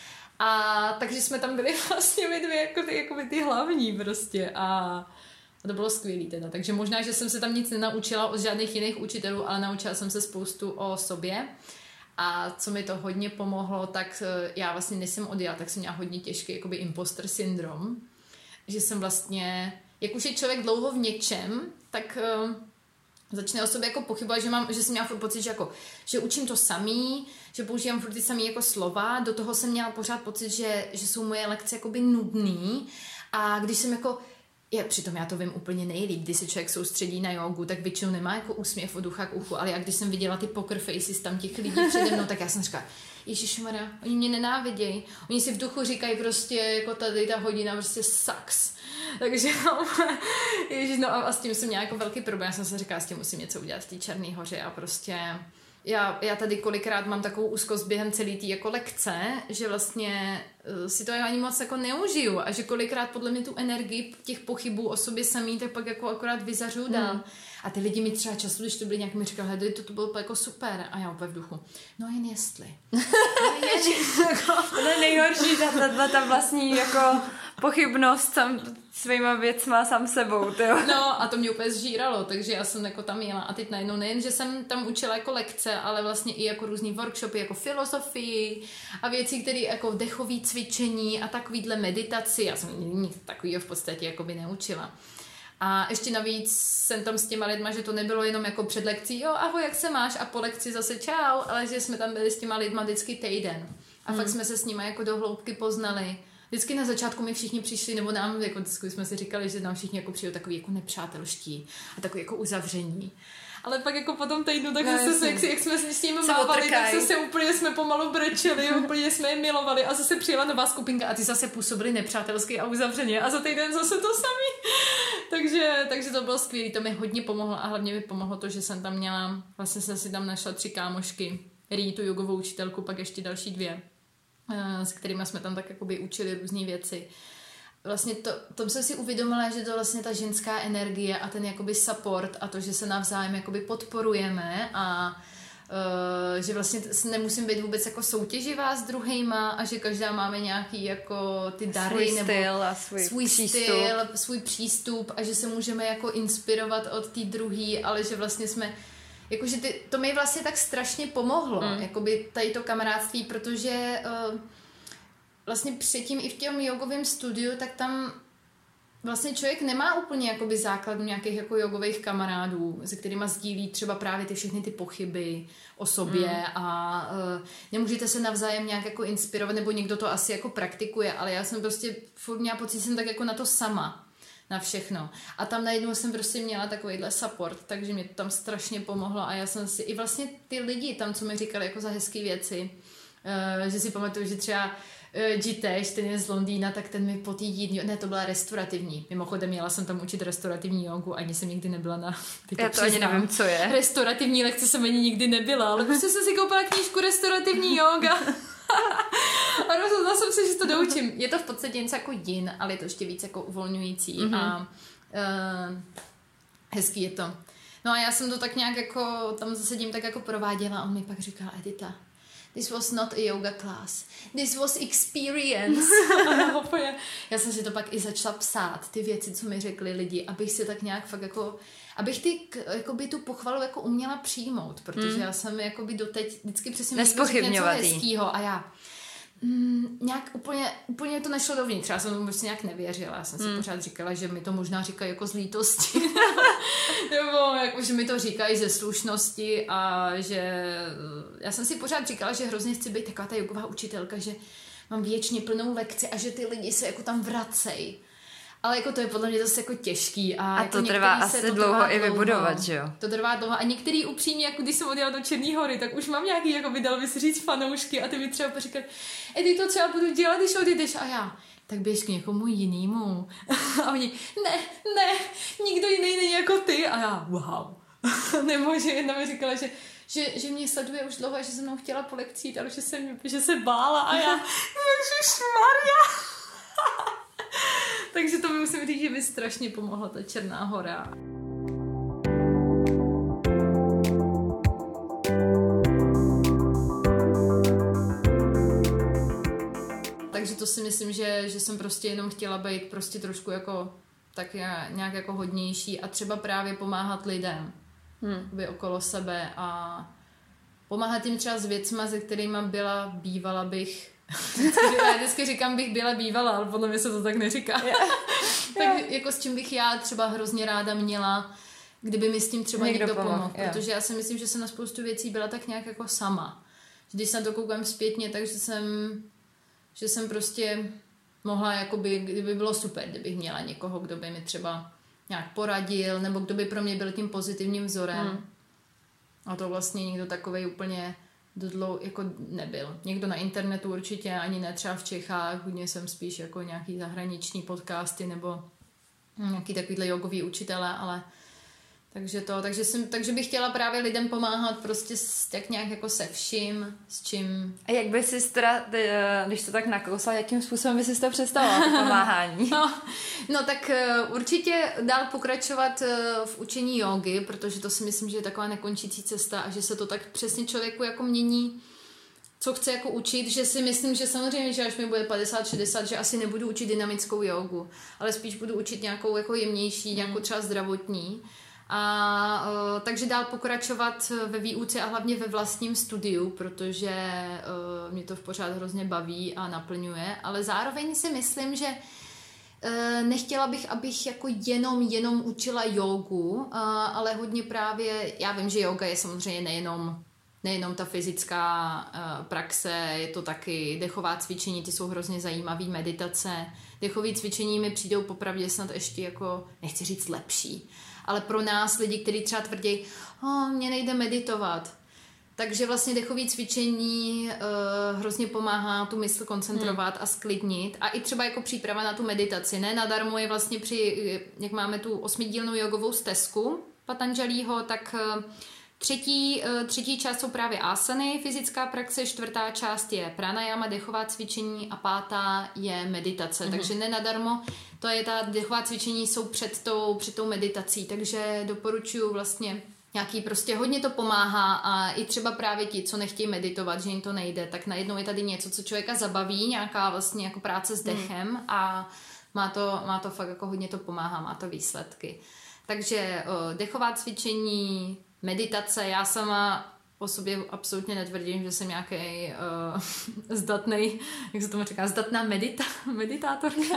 B: A takže jsme tam byli vlastně my dvě jako ty hlavní prostě a to bylo skvělý teda. Takže možná, že jsem se tam nic nenaučila od žádných jiných učitelů, ale naučila jsem se spoustu o sobě. A co mi to hodně pomohlo, tak já vlastně než jsem odjela, tak jsem měla hodně těžký jakoby imposter syndrom. Že jsem vlastně, jak už je člověk dlouho v něčem, tak začne o sobě jako pochybovat, že jsem měla pocit, že učím to samý, že používám furt ty samý jako slova, do toho jsem měla pořád pocit, že jsou moje lekce jakoby nudný a když jsem jako, přitom já to vím úplně nejlíp, když se člověk soustředí na jogu, tak většinou nemá jako úsměv od ucha k uchu, ale jak když jsem viděla ty poker faces tam těch lidí přede mnou, tak já jsem říkala, ježišmarja, oni mě nenávidějí. Oni si v duchu říkají prostě, jako tady ta hodina prostě sucks. Takže ježiš, no a s tím jsem měla jako velký problém. Já jsem se říkala, s tím musím něco udělat v té Černé Hoře a prostě já tady kolikrát mám takovou úzkost během celé té jako lekce, že vlastně si to ani moc jako neužiju a že kolikrát podle mě tu energii těch pochybů o sobě samý tak pak jako akorát vyzařu dál. A ty lidi mi třeba často, když to byli nějak, mi říkali, hej, to bylo jako super. A já úplně v duchu, no jen jestli.
A: To je nejhorší, ta vlastní jako pochybnost svýma věcma sám sebou, tyjo.
B: No a to mě úplně zžíralo, takže já jsem jako tam jela a teď najednou nejen, že jsem tam učila jako lekce, ale vlastně i jako různý workshopy, jako filozofii a věci, které jako dechový cvičení a takovýhle meditaci. Já jsem nic takového v podstatě jako by neučila. A ještě navíc jsem tam s těma lidma, že to nebylo jenom jako před lekcí, jo, ahoj, jak se máš, a po lekci zase čau, ale že jsme tam byli s těma lidma vždycky týden. A fakt jsme se s nima jako do hloubky poznali. Vždycky na začátku mi všichni přišli, nebo nám, jako vždycky jsme si říkali, že nám všichni jako přijdou takový jako nepřátelští a takový jako uzavření. Ale pak jako po tom týdnu, tak zase, jak jsme s nimi mávali, tak zase úplně jsme pomalu brečeli, úplně jsme je milovali a zase přijela nová skupinka a ty zase působili nepřátelsky a uzavřeně a za týden zase to samý. takže to bylo skvělé, to mi hodně pomohlo a hlavně mi pomohlo to, že jsem tam měla, vlastně jsem si tam našla 3 kámošky, tu jogovou učitelku, pak ještě další 2, s kterými jsme tam tak jakoby učili různé věci. Vlastně tom jsem si uvědomila, že to vlastně ta ženská energie a ten jakoby support a to, že se navzájem jakoby podporujeme a že vlastně nemusím být vůbec jako soutěživá s druhejma a že každá máme nějaký jako ty dary
A: svůj
B: nebo
A: styl a
B: svůj přístup a že se můžeme jako inspirovat od té druhý, ale že vlastně jsme jakože to mi vlastně tak strašně pomohlo, jakoby tady to kamarádství, protože vlastně předtím i v těm jogovém studiu, tak tam vlastně člověk nemá úplně jakoby základu nějakých jako jogových kamarádů, se kterýma sdílí třeba právě ty všechny ty pochyby o sobě a nemůžete se navzájem nějak jako inspirovat, nebo někdo to asi jako praktikuje, ale já jsem prostě furt měla pocit, že jsem tak jako na to sama, na všechno. A tam najednou jsem prostě měla takovýhle support, takže mě to tam strašně pomohlo a já jsem si, i vlastně ty lidi tam, co mi říkali jako za hezký věci, že si pamatuju, že třeba Jitesh, ten je z Londýna, tak ten mi po té jídní, ne, to byla restaurativní. Mimochodem, jela jsem tam učit restaurativní jogu, ani jsem nikdy nebyla na...
A: Já to ani nevím, co je.
B: Restaurativní lekce jsem ani nikdy nebyla, ale prostě jsem si koupila knížku Restaurativní yoga. A rozhodla jsem se, že to doučím. Je to v podstatě něco jako yin, ale je to ještě víc jako uvolňující a hezký je to. No a já jsem to tak nějak jako, tam zase tím tak jako prováděla a on mi pak říkal, Edita, this was not a yoga class. This was experience. Já jsem si to pak i začala psát, ty věci, co mi řekli lidi, abych si tak nějak fakt jako, abych jakoby tu pochvalu jako uměla přijmout, protože já jsem jakoby doteď vždycky přesně něco hezkýho a já nějak úplně to nešlo dovnitř. Já jsem tomu prostě nějak nevěřila. Já jsem si pořád říkala, že mi to možná říkají jako z lítosti. Nebo jako, že mi to říkají ze slušnosti a že já jsem si pořád říkala, že hrozně chci být taková ta jogová učitelka, že mám věčně plnou lekci a že ty lidi se jako tam vracejí. Ale jako to je podle mě zase jako těžký. A
A: jako to trvá asi dlouho i vybudovat, že jo?
B: To trvá dlouho. A některý upřímně, jako když jsem odjela do Černý Hory, tak už mám nějaký, jako by dalo by se říct, fanoušky a ty mi třeba říkají, Edy, to třeba budu dělat, když odejdeš. A já, tak běž k někomu jinýmu. A oni, ne, nikdo jiný není jako ty. A já, wow. Nebo že jedna mi říkala, že mě sleduje už dlouho a že se mnou chtěla po lekcích, ale že se bála. A já, ježišmarja. Takže to mi musím říct, že mi strašně pomohla ta Černá Hora. Takže to si myslím, že jsem prostě jenom chtěla být prostě trošku jako tak nějak jako hodnější a třeba právě pomáhat lidem okolo sebe a pomáhat jim třeba s věcma, se kterými bývala bych. Já vždycky říkám, bych byla bývala, ale podle mě se to tak neříká. Tak jako s čím bych já třeba hrozně ráda měla, kdyby mi s tím třeba někdo pomohl. Protože já si myslím, že jsem na spoustu věcí byla tak nějak jako sama. Když se na to koukám zpětně, takže že jsem prostě mohla, jakoby, kdyby bylo super, kdybych měla někoho, kdo by mi třeba nějak poradil, nebo kdo by pro mě byl tím pozitivním vzorem. A to vlastně někdo takovej úplně jako nebyl. Někdo na internetu určitě, ani ne třeba v Čechách, hodně jsem spíš jako nějaký zahraniční podcasty nebo nějaký takovýhle jogový učitele, ale Takže bych chtěla právě lidem pomáhat prostě tak nějak jako se vším, s čím.
A: A jak by si teda, když to tak nakousla, jakým způsobem by si to představila, to pomáhání?
B: No tak určitě dál pokračovat v učení jógy, protože to si myslím, že je taková nekončící cesta a že se to tak přesně člověku jako mění, co chce jako učit, že si myslím, že samozřejmě, že až mi bude 50-60, že asi nebudu učit dynamickou jógu, ale spíš budu učit nějakou jako jemnější, nějakou třeba zdravotní. Takže dál pokračovat ve výuce a hlavně ve vlastním studiu, protože mě to v pořád hrozně baví a naplňuje, ale zároveň si myslím, že nechtěla bych, abych jako jenom učila jógu, ale hodně právě, já vím, že jóga je samozřejmě nejenom ta fyzická praxe, je to taky dechová cvičení, ty jsou hrozně zajímavý, meditace. Dechové cvičení mi přijdou popravdě snad ještě jako, nechci říct lepší, ale pro nás lidi, kteří třeba tvrdí, mně nejde meditovat. Takže vlastně dechové cvičení hrozně pomáhá tu mysl koncentrovat a sklidnit. A i třeba jako příprava na tu meditaci. Ne nadarmo je vlastně jak máme tu 8dílnou jogovou stezku Patanjaliho, tak třetí část jsou právě asany, fyzická praxe, 4. část je pranayama, dechová cvičení a 5. je meditace. Takže nenadarmo to je ta dechová cvičení jsou před tou meditací, takže doporučuji vlastně nějaký prostě hodně to pomáhá a i třeba právě ti, co nechtějí meditovat, že jim to nejde, tak najednou je tady něco, co člověka zabaví, nějaká vlastně jako práce s dechem a má to fakt jako hodně to pomáhá, má to výsledky. Takže dechová cvičení, meditace, já sama o sobě absolutně netvrdím, že jsem nějaký zdatnej, jak se tomu říká, zdatná meditátorka?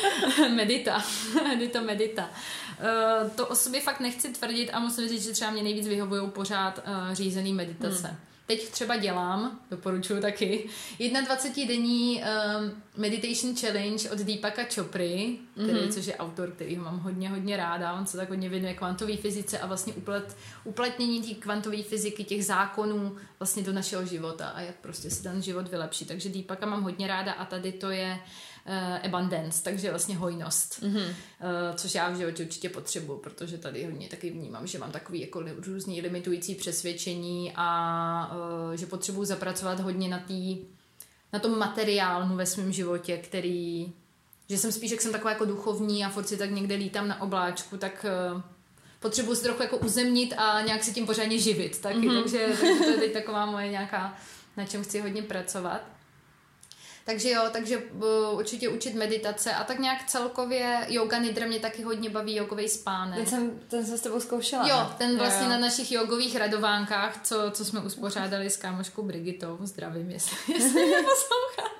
B: Medita. To o sobě fakt nechci tvrdit a musím říct, že třeba mě nejvíc vyhovují pořád řízený meditace. Teď třeba dělám, doporučuji taky, 21denní meditation challenge od Deepaka Chopry, což je autor, který ho mám hodně ráda. On se tak hodně věnuje kvantové fyzice a vlastně uplatnění té kvantové fyziky, těch zákonů vlastně do našeho života a jak prostě si ten život vylepší. Takže Deepaka mám hodně ráda a tady to je abundance, takže vlastně hojnost, což já v životě určitě potřebuji, protože tady hodně taky vnímám, že mám takový jako různý limitující přesvědčení a že potřebuji zapracovat hodně na tom materiálnu ve svém životě, že jsem spíš, jak jsem taková jako duchovní a furt si tak někde lítám na obláčku, tak potřebuji se trochu jako uzemnit a nějak se tím pořádně živit taky, takže to je teď taková moje nějaká, na čem chci hodně pracovat. Takže určitě učit meditace a tak nějak celkově yoga nidra mě taky hodně baví, jogovej spánek.
A: Ten jsem s tebou zkoušela.
B: Jo, ten vlastně na našich jogových radovánkách, co jsme uspořádali s kámoškou Brigitou, zdravím, jestli mě poslouchá.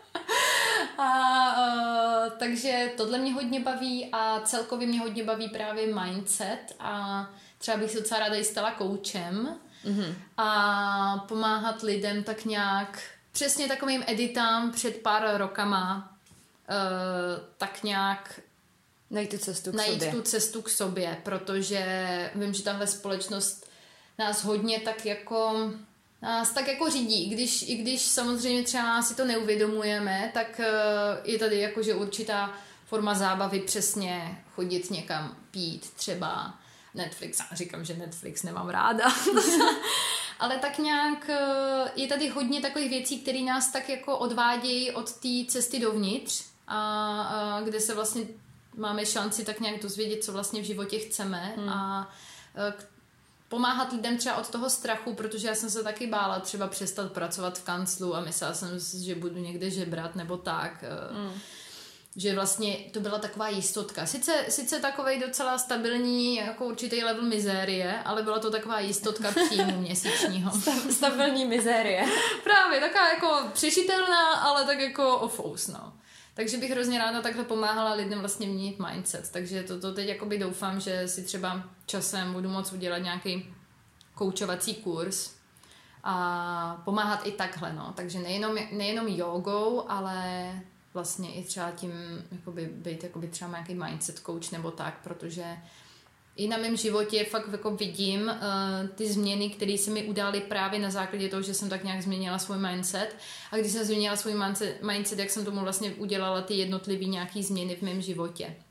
B: Takže tohle mě hodně baví a celkově mě hodně baví právě mindset a třeba bych se docela ráda i stala koučem a pomáhat lidem tak nějak přesně takovým editám před pár rokama tak nějak
A: najít tu
B: cestu k sobě, protože vím, že tahle společnost nás hodně tak jako řídí, i když samozřejmě třeba si to neuvědomujeme, tak je tady jakože určitá forma zábavy přesně chodit někam pít, třeba Netflix, já říkám, že Netflix nemám ráda, ale tak nějak je tady hodně takových věcí, které nás tak jako odvádějí od té cesty dovnitř a kde se vlastně máme šanci tak nějak dozvědět, co vlastně v životě chceme a pomáhat lidem třeba od toho strachu, protože já jsem se taky bála třeba přestat pracovat v kanclu a myslela jsem, že budu někde žebrat nebo tak. Že vlastně to byla taková jistotka. Sice takovej docela stabilní, jako určitý level mizérie, ale byla to taková jistotka příjmu měsíčního.
A: Stabilní mizérie.
B: Právě, taková jako přešitelná, ale tak jako ofous, no. Takže bych hrozně ráda takhle pomáhala lidem vlastně měnit mindset. Takže to teď jakoby doufám, že si třeba časem budu moct udělat nějaký koučovací kurz a pomáhat i takhle, no. Takže nejenom jogou, ale vlastně i třeba tím jakoby být jakoby třeba nějaký mindset coach nebo tak, protože i na mém životě fakt jako vidím ty změny, které se mi udály právě na základě toho, že jsem tak nějak změnila svůj mindset a když jsem změnila svůj mindset, jak jsem tomu vlastně udělala ty jednotlivé nějaký změny v mém životě.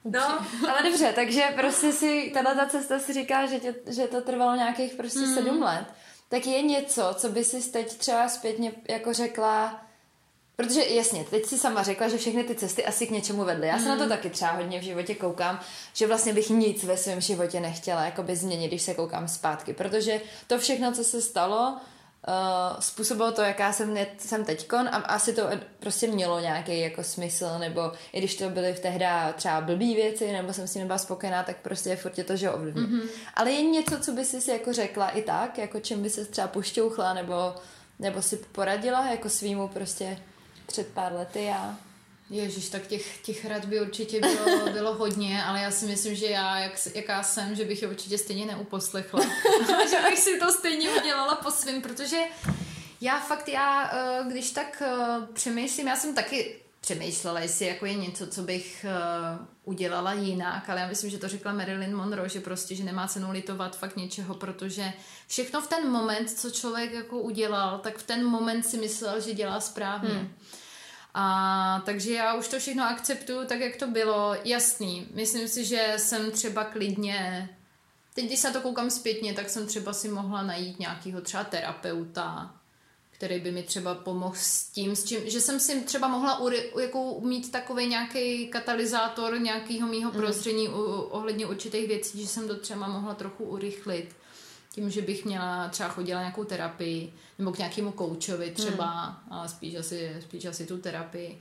A: No, ale dobře, takže prostě si, tato cesta si říká, že to trvalo nějakých prostě 7 let. Tak je něco, co by si teď třeba zpětně jako řekla, protože jasně, teď si sama řekla, že všechny ty cesty asi k něčemu vedly. Já se na to taky třeba hodně v životě koukám, že vlastně bych nic ve svém životě nechtěla jakoby změnit, když se koukám zpátky, protože to všechno, co se stalo, způsobilo to, jaká jsem teďkon, a asi to prostě mělo nějaký jako smysl, nebo i když to byly v tehdy třeba blbý věci, nebo jsem s tím nebyla spokojená, tak prostě furt je to, že ovlivní. Ale je něco, co by si jako řekla i tak, jako čem by se třeba pošťouchla, nebo si poradila jako svýmu prostě před pár lety já.
B: Ježiš, tak těch rad by určitě bylo hodně, ale já si myslím, že já, jaká jsem, že bych je určitě stejně neuposlechla. Že bych si to stejně udělala po svým, protože já když tak přemýšlím, já jsem taky přemýšlela, jestli jako je něco, co bych udělala jinak, ale já myslím, že to řekla Marilyn Monroe, že prostě, že nemá cenu litovat fakt něčeho, protože všechno v ten moment, co člověk jako udělal, tak v ten moment si myslel, že dělá správně. A takže já už to všechno akceptuju tak, jak to bylo. Jasný, myslím si, že jsem třeba klidně, teď když se to koukám zpětně, tak jsem třeba si mohla najít nějakýho třeba terapeuta, který by mi třeba pomohl s tím, že jsem si třeba mohla jako mít takový nějaký katalyzátor nějakého mýho prozření ohledně určitých věcí, že jsem to třeba mohla trochu urychlit. Tím, že bych měla třeba chodila nějakou terapii, nebo k nějakému koučovi třeba, ale spíš asi tu terapii.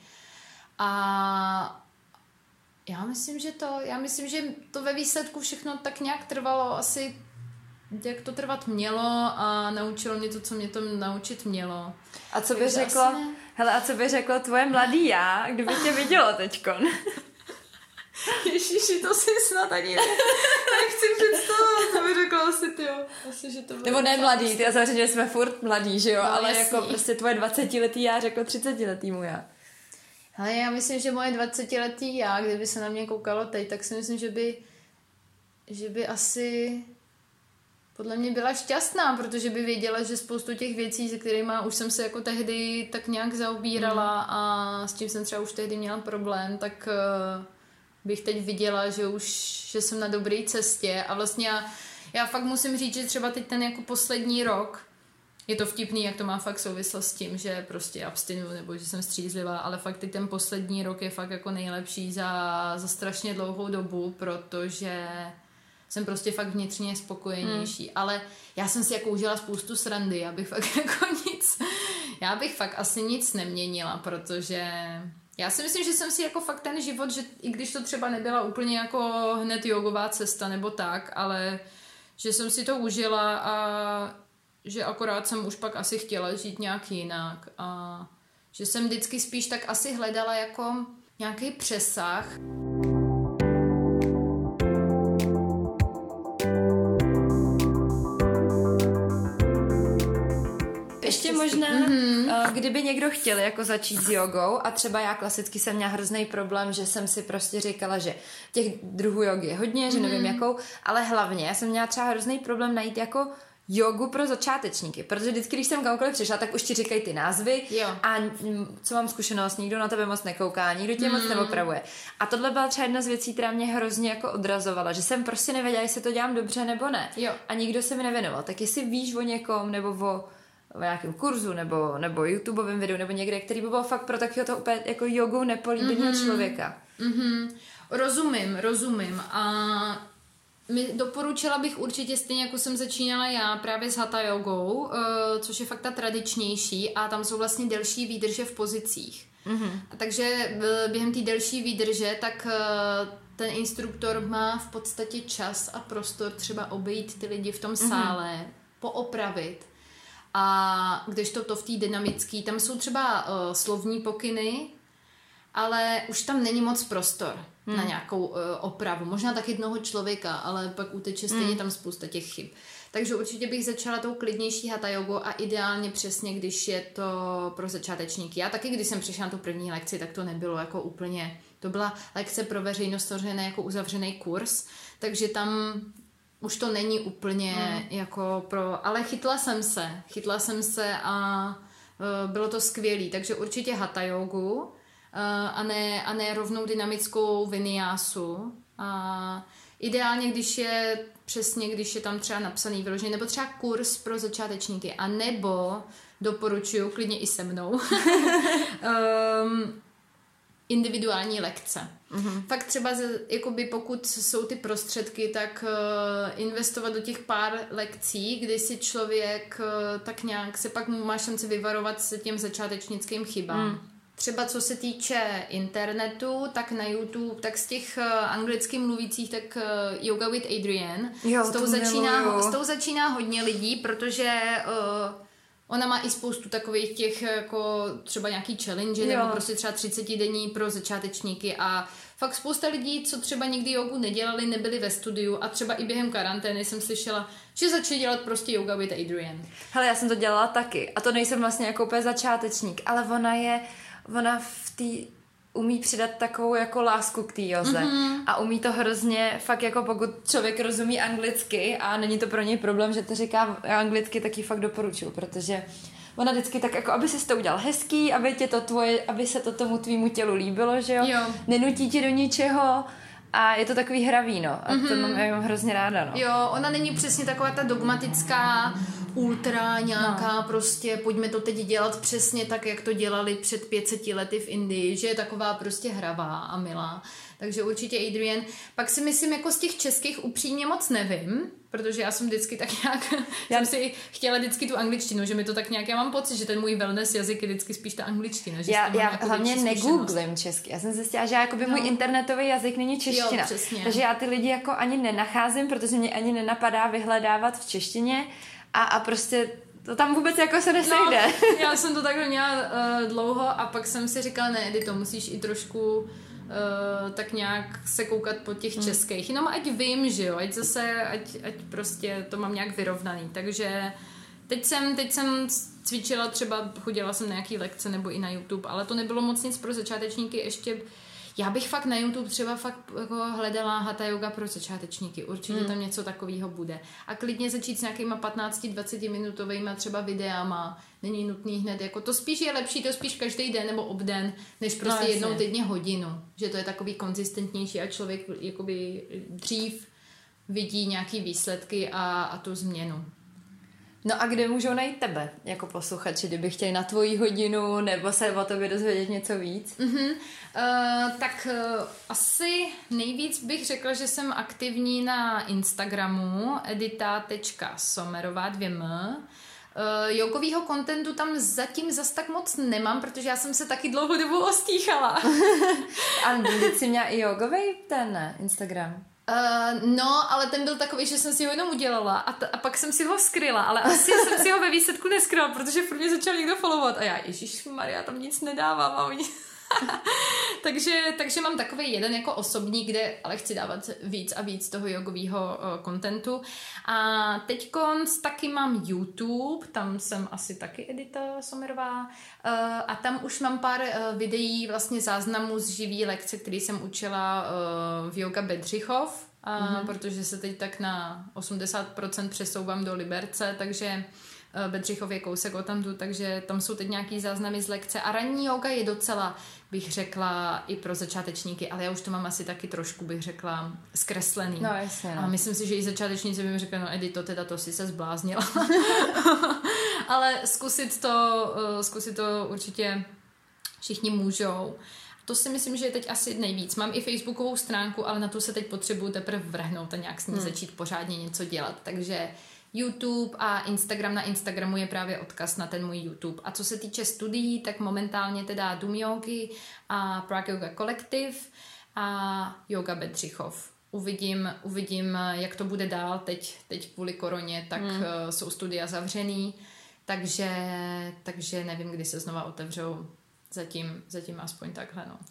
B: A já myslím, že to ve výsledku všechno tak nějak trvalo asi, jak to trvat mělo, a naučilo mě to, co mě to naučit mělo.
A: A co by řeklo tvoje mladý já, kdyby tě vidělo teďkon?
B: Ježiši, to si snad ani nechci představit, to by řekla asi tyjo. Asi, že to
A: nebo ne mladý, ty samozřejmě jsme furt mladý, že jo,
B: no,
A: ale
B: jasný.
A: jako prostě tvoje 20letý já řekl 30letýmu já.
B: Ale já myslím, že moje 20letý já, kdyby se na mě koukalo teď, tak si myslím, že by asi podle mě byla šťastná, protože by věděla, že spoustu těch věcí, se kterými už jsem se jako tehdy tak nějak zaobírala a s tím jsem třeba už tehdy měla problém, tak bych teď viděla, že jsem na dobré cestě, a vlastně já fakt musím říct, že třeba teď ten jako poslední rok, je to vtipný, jak to má fakt souvislost s tím, že prostě abstinu, nebo že jsem střízlivá, ale fakt teď ten poslední rok je fakt jako nejlepší za strašně dlouhou dobu, protože jsem prostě fakt vnitřně spokojenější, ale já jsem si jako užila spoustu srandy, já bych fakt asi nic neměnila, protože já si myslím, že jsem si jako fakt ten život, že i když to třeba nebyla úplně jako hned jogová cesta nebo tak, ale že jsem si to užila a že akorát jsem už pak asi chtěla žít nějak jinak a že jsem vždycky spíš tak asi hledala jako nějaký přesah.
A: Ještě možná, kdyby někdo chtěl jako začít s jogou, a třeba já klasicky jsem měla hrozný problém, že jsem si prostě říkala, že těch druhů jogy je hodně, že nevím jakou, ale hlavně já jsem měla třeba hrozný problém najít jako jogu pro začátečníky, protože vždycky, když jsem kamkoliv přišla, tak už ti říkají ty názvy a co mám zkušenost, nikdo na tebe moc nekouká, nikdo tě moc neopravuje. A tohle byla třeba jedna z věcí, která mě hrozně jako odrazovala, že jsem prostě nevěděla, jestli to dělám dobře nebo ne. A nikdo se mi nevěnoval. Tak jestli víš o někom nebo o nějakém kurzu nebo YouTubeovém videu nebo někde, který by byl fakt pro takového to úplně jako jogou nepolíbeného člověka.
B: Rozumím. A doporučila bych určitě stejně, jako jsem začínala já, právě s hatha jogou, což je fakt ta tradičnější, a tam jsou vlastně delší výdrže v pozicích. A takže během té delší výdrže, tak ten instruktor má v podstatě čas a prostor třeba obejít ty lidi v tom sále, poopravit. A kdežto to v té dynamické, tam jsou třeba slovní pokyny, ale už tam není moc prostor na nějakou opravu. Možná tak jednoho člověka, ale pak uteče stejně tam spousta těch chyb. Takže určitě bych začala tou klidnější hatha jogou a ideálně přesně, když je to pro začátečníky. Já taky, když jsem přišla na tu první lekci, tak to nebylo jako úplně, to byla lekce pro veřejnost, samozřejmě jako uzavřený kurz, takže tam už to není úplně jako pro, ale chytla jsem se a bylo to skvělý, takže určitě hatha jogu a ne rovnou dynamickou vinyásu. A ideálně, když je tam třeba napsaný vyložený, nebo třeba kurz pro začátečníky, a nebo doporučuju klidně i se mnou individuální lekce. Fakt třeba, jakoby pokud jsou ty prostředky, tak investovat do těch pár lekcí, kdy si člověk tak nějak se pak má šanci vyvarovat se těm začátečnickým chybám. Třeba co se týče internetu, tak na YouTube, tak z těch anglicky mluvících, tak Yoga with Adriene, s tou začíná hodně lidí, protože ona má i spoustu takových těch, jako třeba nějaký challenge, nebo prostě třeba 30 denní pro začátečníky a fakt spousta lidí, co třeba nikdy jogu nedělali, nebyli ve studiu a třeba i během karantény jsem slyšela, že začali dělat prostě Yoga with Adriene.
A: Hele, já jsem to dělala taky a to nejsem vlastně jako úplně začátečník, ale ona v té umí přidat takovou jako lásku k té józe a umí to hrozně, fakt jako pokud člověk rozumí anglicky a není to pro něj problém, že to říká anglicky, tak ji fakt doporučuju, protože ona vždycky tak jako, aby si to udělal hezký, aby se to tomu tvýmu tělu líbilo, že jo? Nenutí ti do ničeho a je to takový hravý, no. A to mám hrozně ráda, no.
B: Jo, ona není přesně taková ta dogmatická ultra nějaká prostě pojďme to teď dělat přesně tak, jak to dělali před 500 lety v Indii, že je taková prostě hravá a milá. Takže určitě Adriene. Pak si myslím, jako z těch českých upřímně moc nevím, protože já jsem vždycky tak nějak, jsem si chtěla vždycky tu angličtinu, že mi to tak nějak, já mám pocit, že ten můj wellness jazyk je vždycky spíš ta angličtina. Že
A: já jako hlavně negooglím česky. Já jsem zjistila, že jakoby můj internetový jazyk není čeština. Takže já ty lidi jako ani nenacházím, protože mě ani nenapadá vyhledávat v češtině a prostě to tam vůbec jako se nesejde.
B: No, já jsem to takhle měla dlouho a pak jsem si říkala, ne, Edito, musíš i trošku tak nějak se koukat po těch českých. Jenom ať vím, že jo, ať prostě to mám nějak vyrovnaný. Takže teď jsem cvičila třeba, chodila jsem na nějaký lekce nebo i na YouTube, ale to nebylo moc nic pro začátečníky ještě. Já bych fakt na YouTube třeba fakt jako hledala hatha yoga pro začátečníky. Určitě tam něco takového bude. A klidně začít s nějakýma 15-20 minutovými třeba videama. Není nutný hned, jako to spíš je lepší, to spíš každý den nebo obden, než prostě jednou týdně hodinu. Že to je takový konzistentnější a člověk jakoby dřív vidí nějaký výsledky a tu změnu.
A: No a kde můžou najít tebe jako posluchači, kdyby chtěli na tvoji hodinu nebo se o tobě dozvědět něco víc?
B: Asi nejvíc bych řekla, že jsem aktivní na Instagramu edita.somerová 2m. Jogovýho kontentu tam zatím zas tak moc nemám, protože já jsem se taky dlouhou dobu ostýchala.
A: A teď jsi měla i jogovej ten Instagram?
B: No, ale ten byl takový, že jsem si ho jenom udělala a pak jsem si ho skryla, ale asi jsem si ho ve výsledku neskryla, protože furt mě začal někdo followovat a já, ježišmarja, tam nic nedávám a oni... takže mám takový jeden jako osobní, kde ale chci dávat víc a víc toho jogového kontentu. A teďkonc taky mám YouTube, tam jsem asi taky Edita Somerová a tam už mám pár videí, vlastně záznamů z živý lekce, který jsem učila v Yoga Bedřichov, protože se teď tak na 80% přesouvám do Liberce, takže Bedřichov je kousek odtamtud, takže tam jsou teď nějaký záznamy z lekce a ranní yoga je docela, bych řekla, i pro začátečníky, ale já už to mám asi taky trošku, bych řekla, zkreslený.
A: No jasně, no.
B: A myslím si, že i začátečníci by mi řekli, no Edito, teda to si se zbláznila. Ale zkusit to určitě všichni můžou. To si myslím, že je teď asi nejvíc. Mám i facebookovou stránku, ale na tu se teď potřebuju teprve vrhnout a nějak s ní začít pořádně něco dělat, takže YouTube a Instagram, na Instagramu je právě odkaz na ten můj YouTube. A co se týče studií, tak momentálně teda Dům jógy a Prague Yoga Collective a Yoga Bedřichov. Uvidím, jak to bude dál. Teď kvůli koroně, tak jsou studia zavřený, takže nevím, kdy se znova otevřou. Zatím aspoň takhle, no.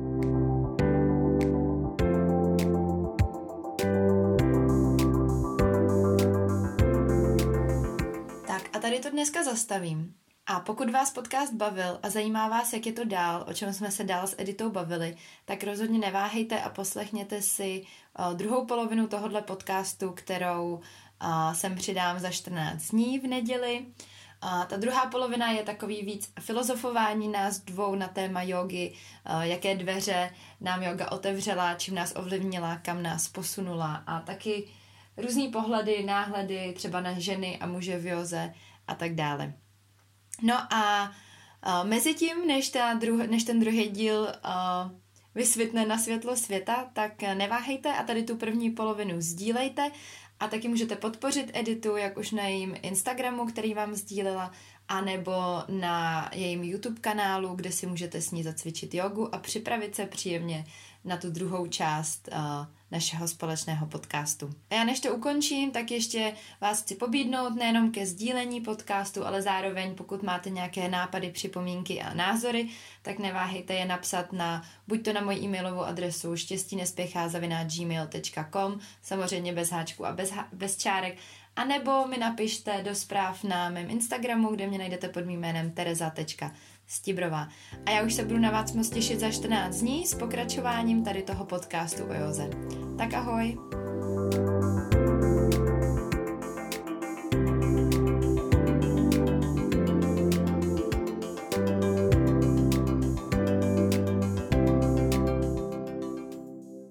A: A tady to dneska zastavím. A pokud vás podcast bavil a zajímá vás, jak je to dál, o čem jsme se dál s Editou bavili, tak rozhodně neváhejte a poslechněte si druhou polovinu tohohle podcastu, kterou sem přidám za 14 dní v neděli. A ta druhá polovina je takový víc filozofování nás dvou na téma jógy, jaké dveře nám jóga otevřela, čím nás ovlivnila, kam nás posunula a taky různý pohledy, náhledy třeba na ženy a muže v józe a tak dále. No a mezi tím, než ten druhý díl vysvětne na světlo světa, tak neváhejte a tady tu první polovinu sdílejte a taky můžete podpořit Editu, jak už na jejím Instagramu, který vám sdílela, anebo na jejím YouTube kanálu, kde si můžete s ní zacvičit jogu a připravit se příjemně na tu druhou část našeho společného podcastu. A já než to ukončím, tak ještě vás chci pobídnout nejenom ke sdílení podcastu, ale zároveň pokud máte nějaké nápady, připomínky a názory, tak neváhejte je napsat buď to na moji e-mailovou adresu štěstínespěchá@gmail.com, samozřejmě bez háčku a bez čárek, a nebo mi napište do zpráv na mém Instagramu, kde mě najdete pod mým jménem tereza.stibrová. A já už se budu na vás moc těšit za 14 dní s pokračováním tady toho podcastu o józe. Tak ahoj!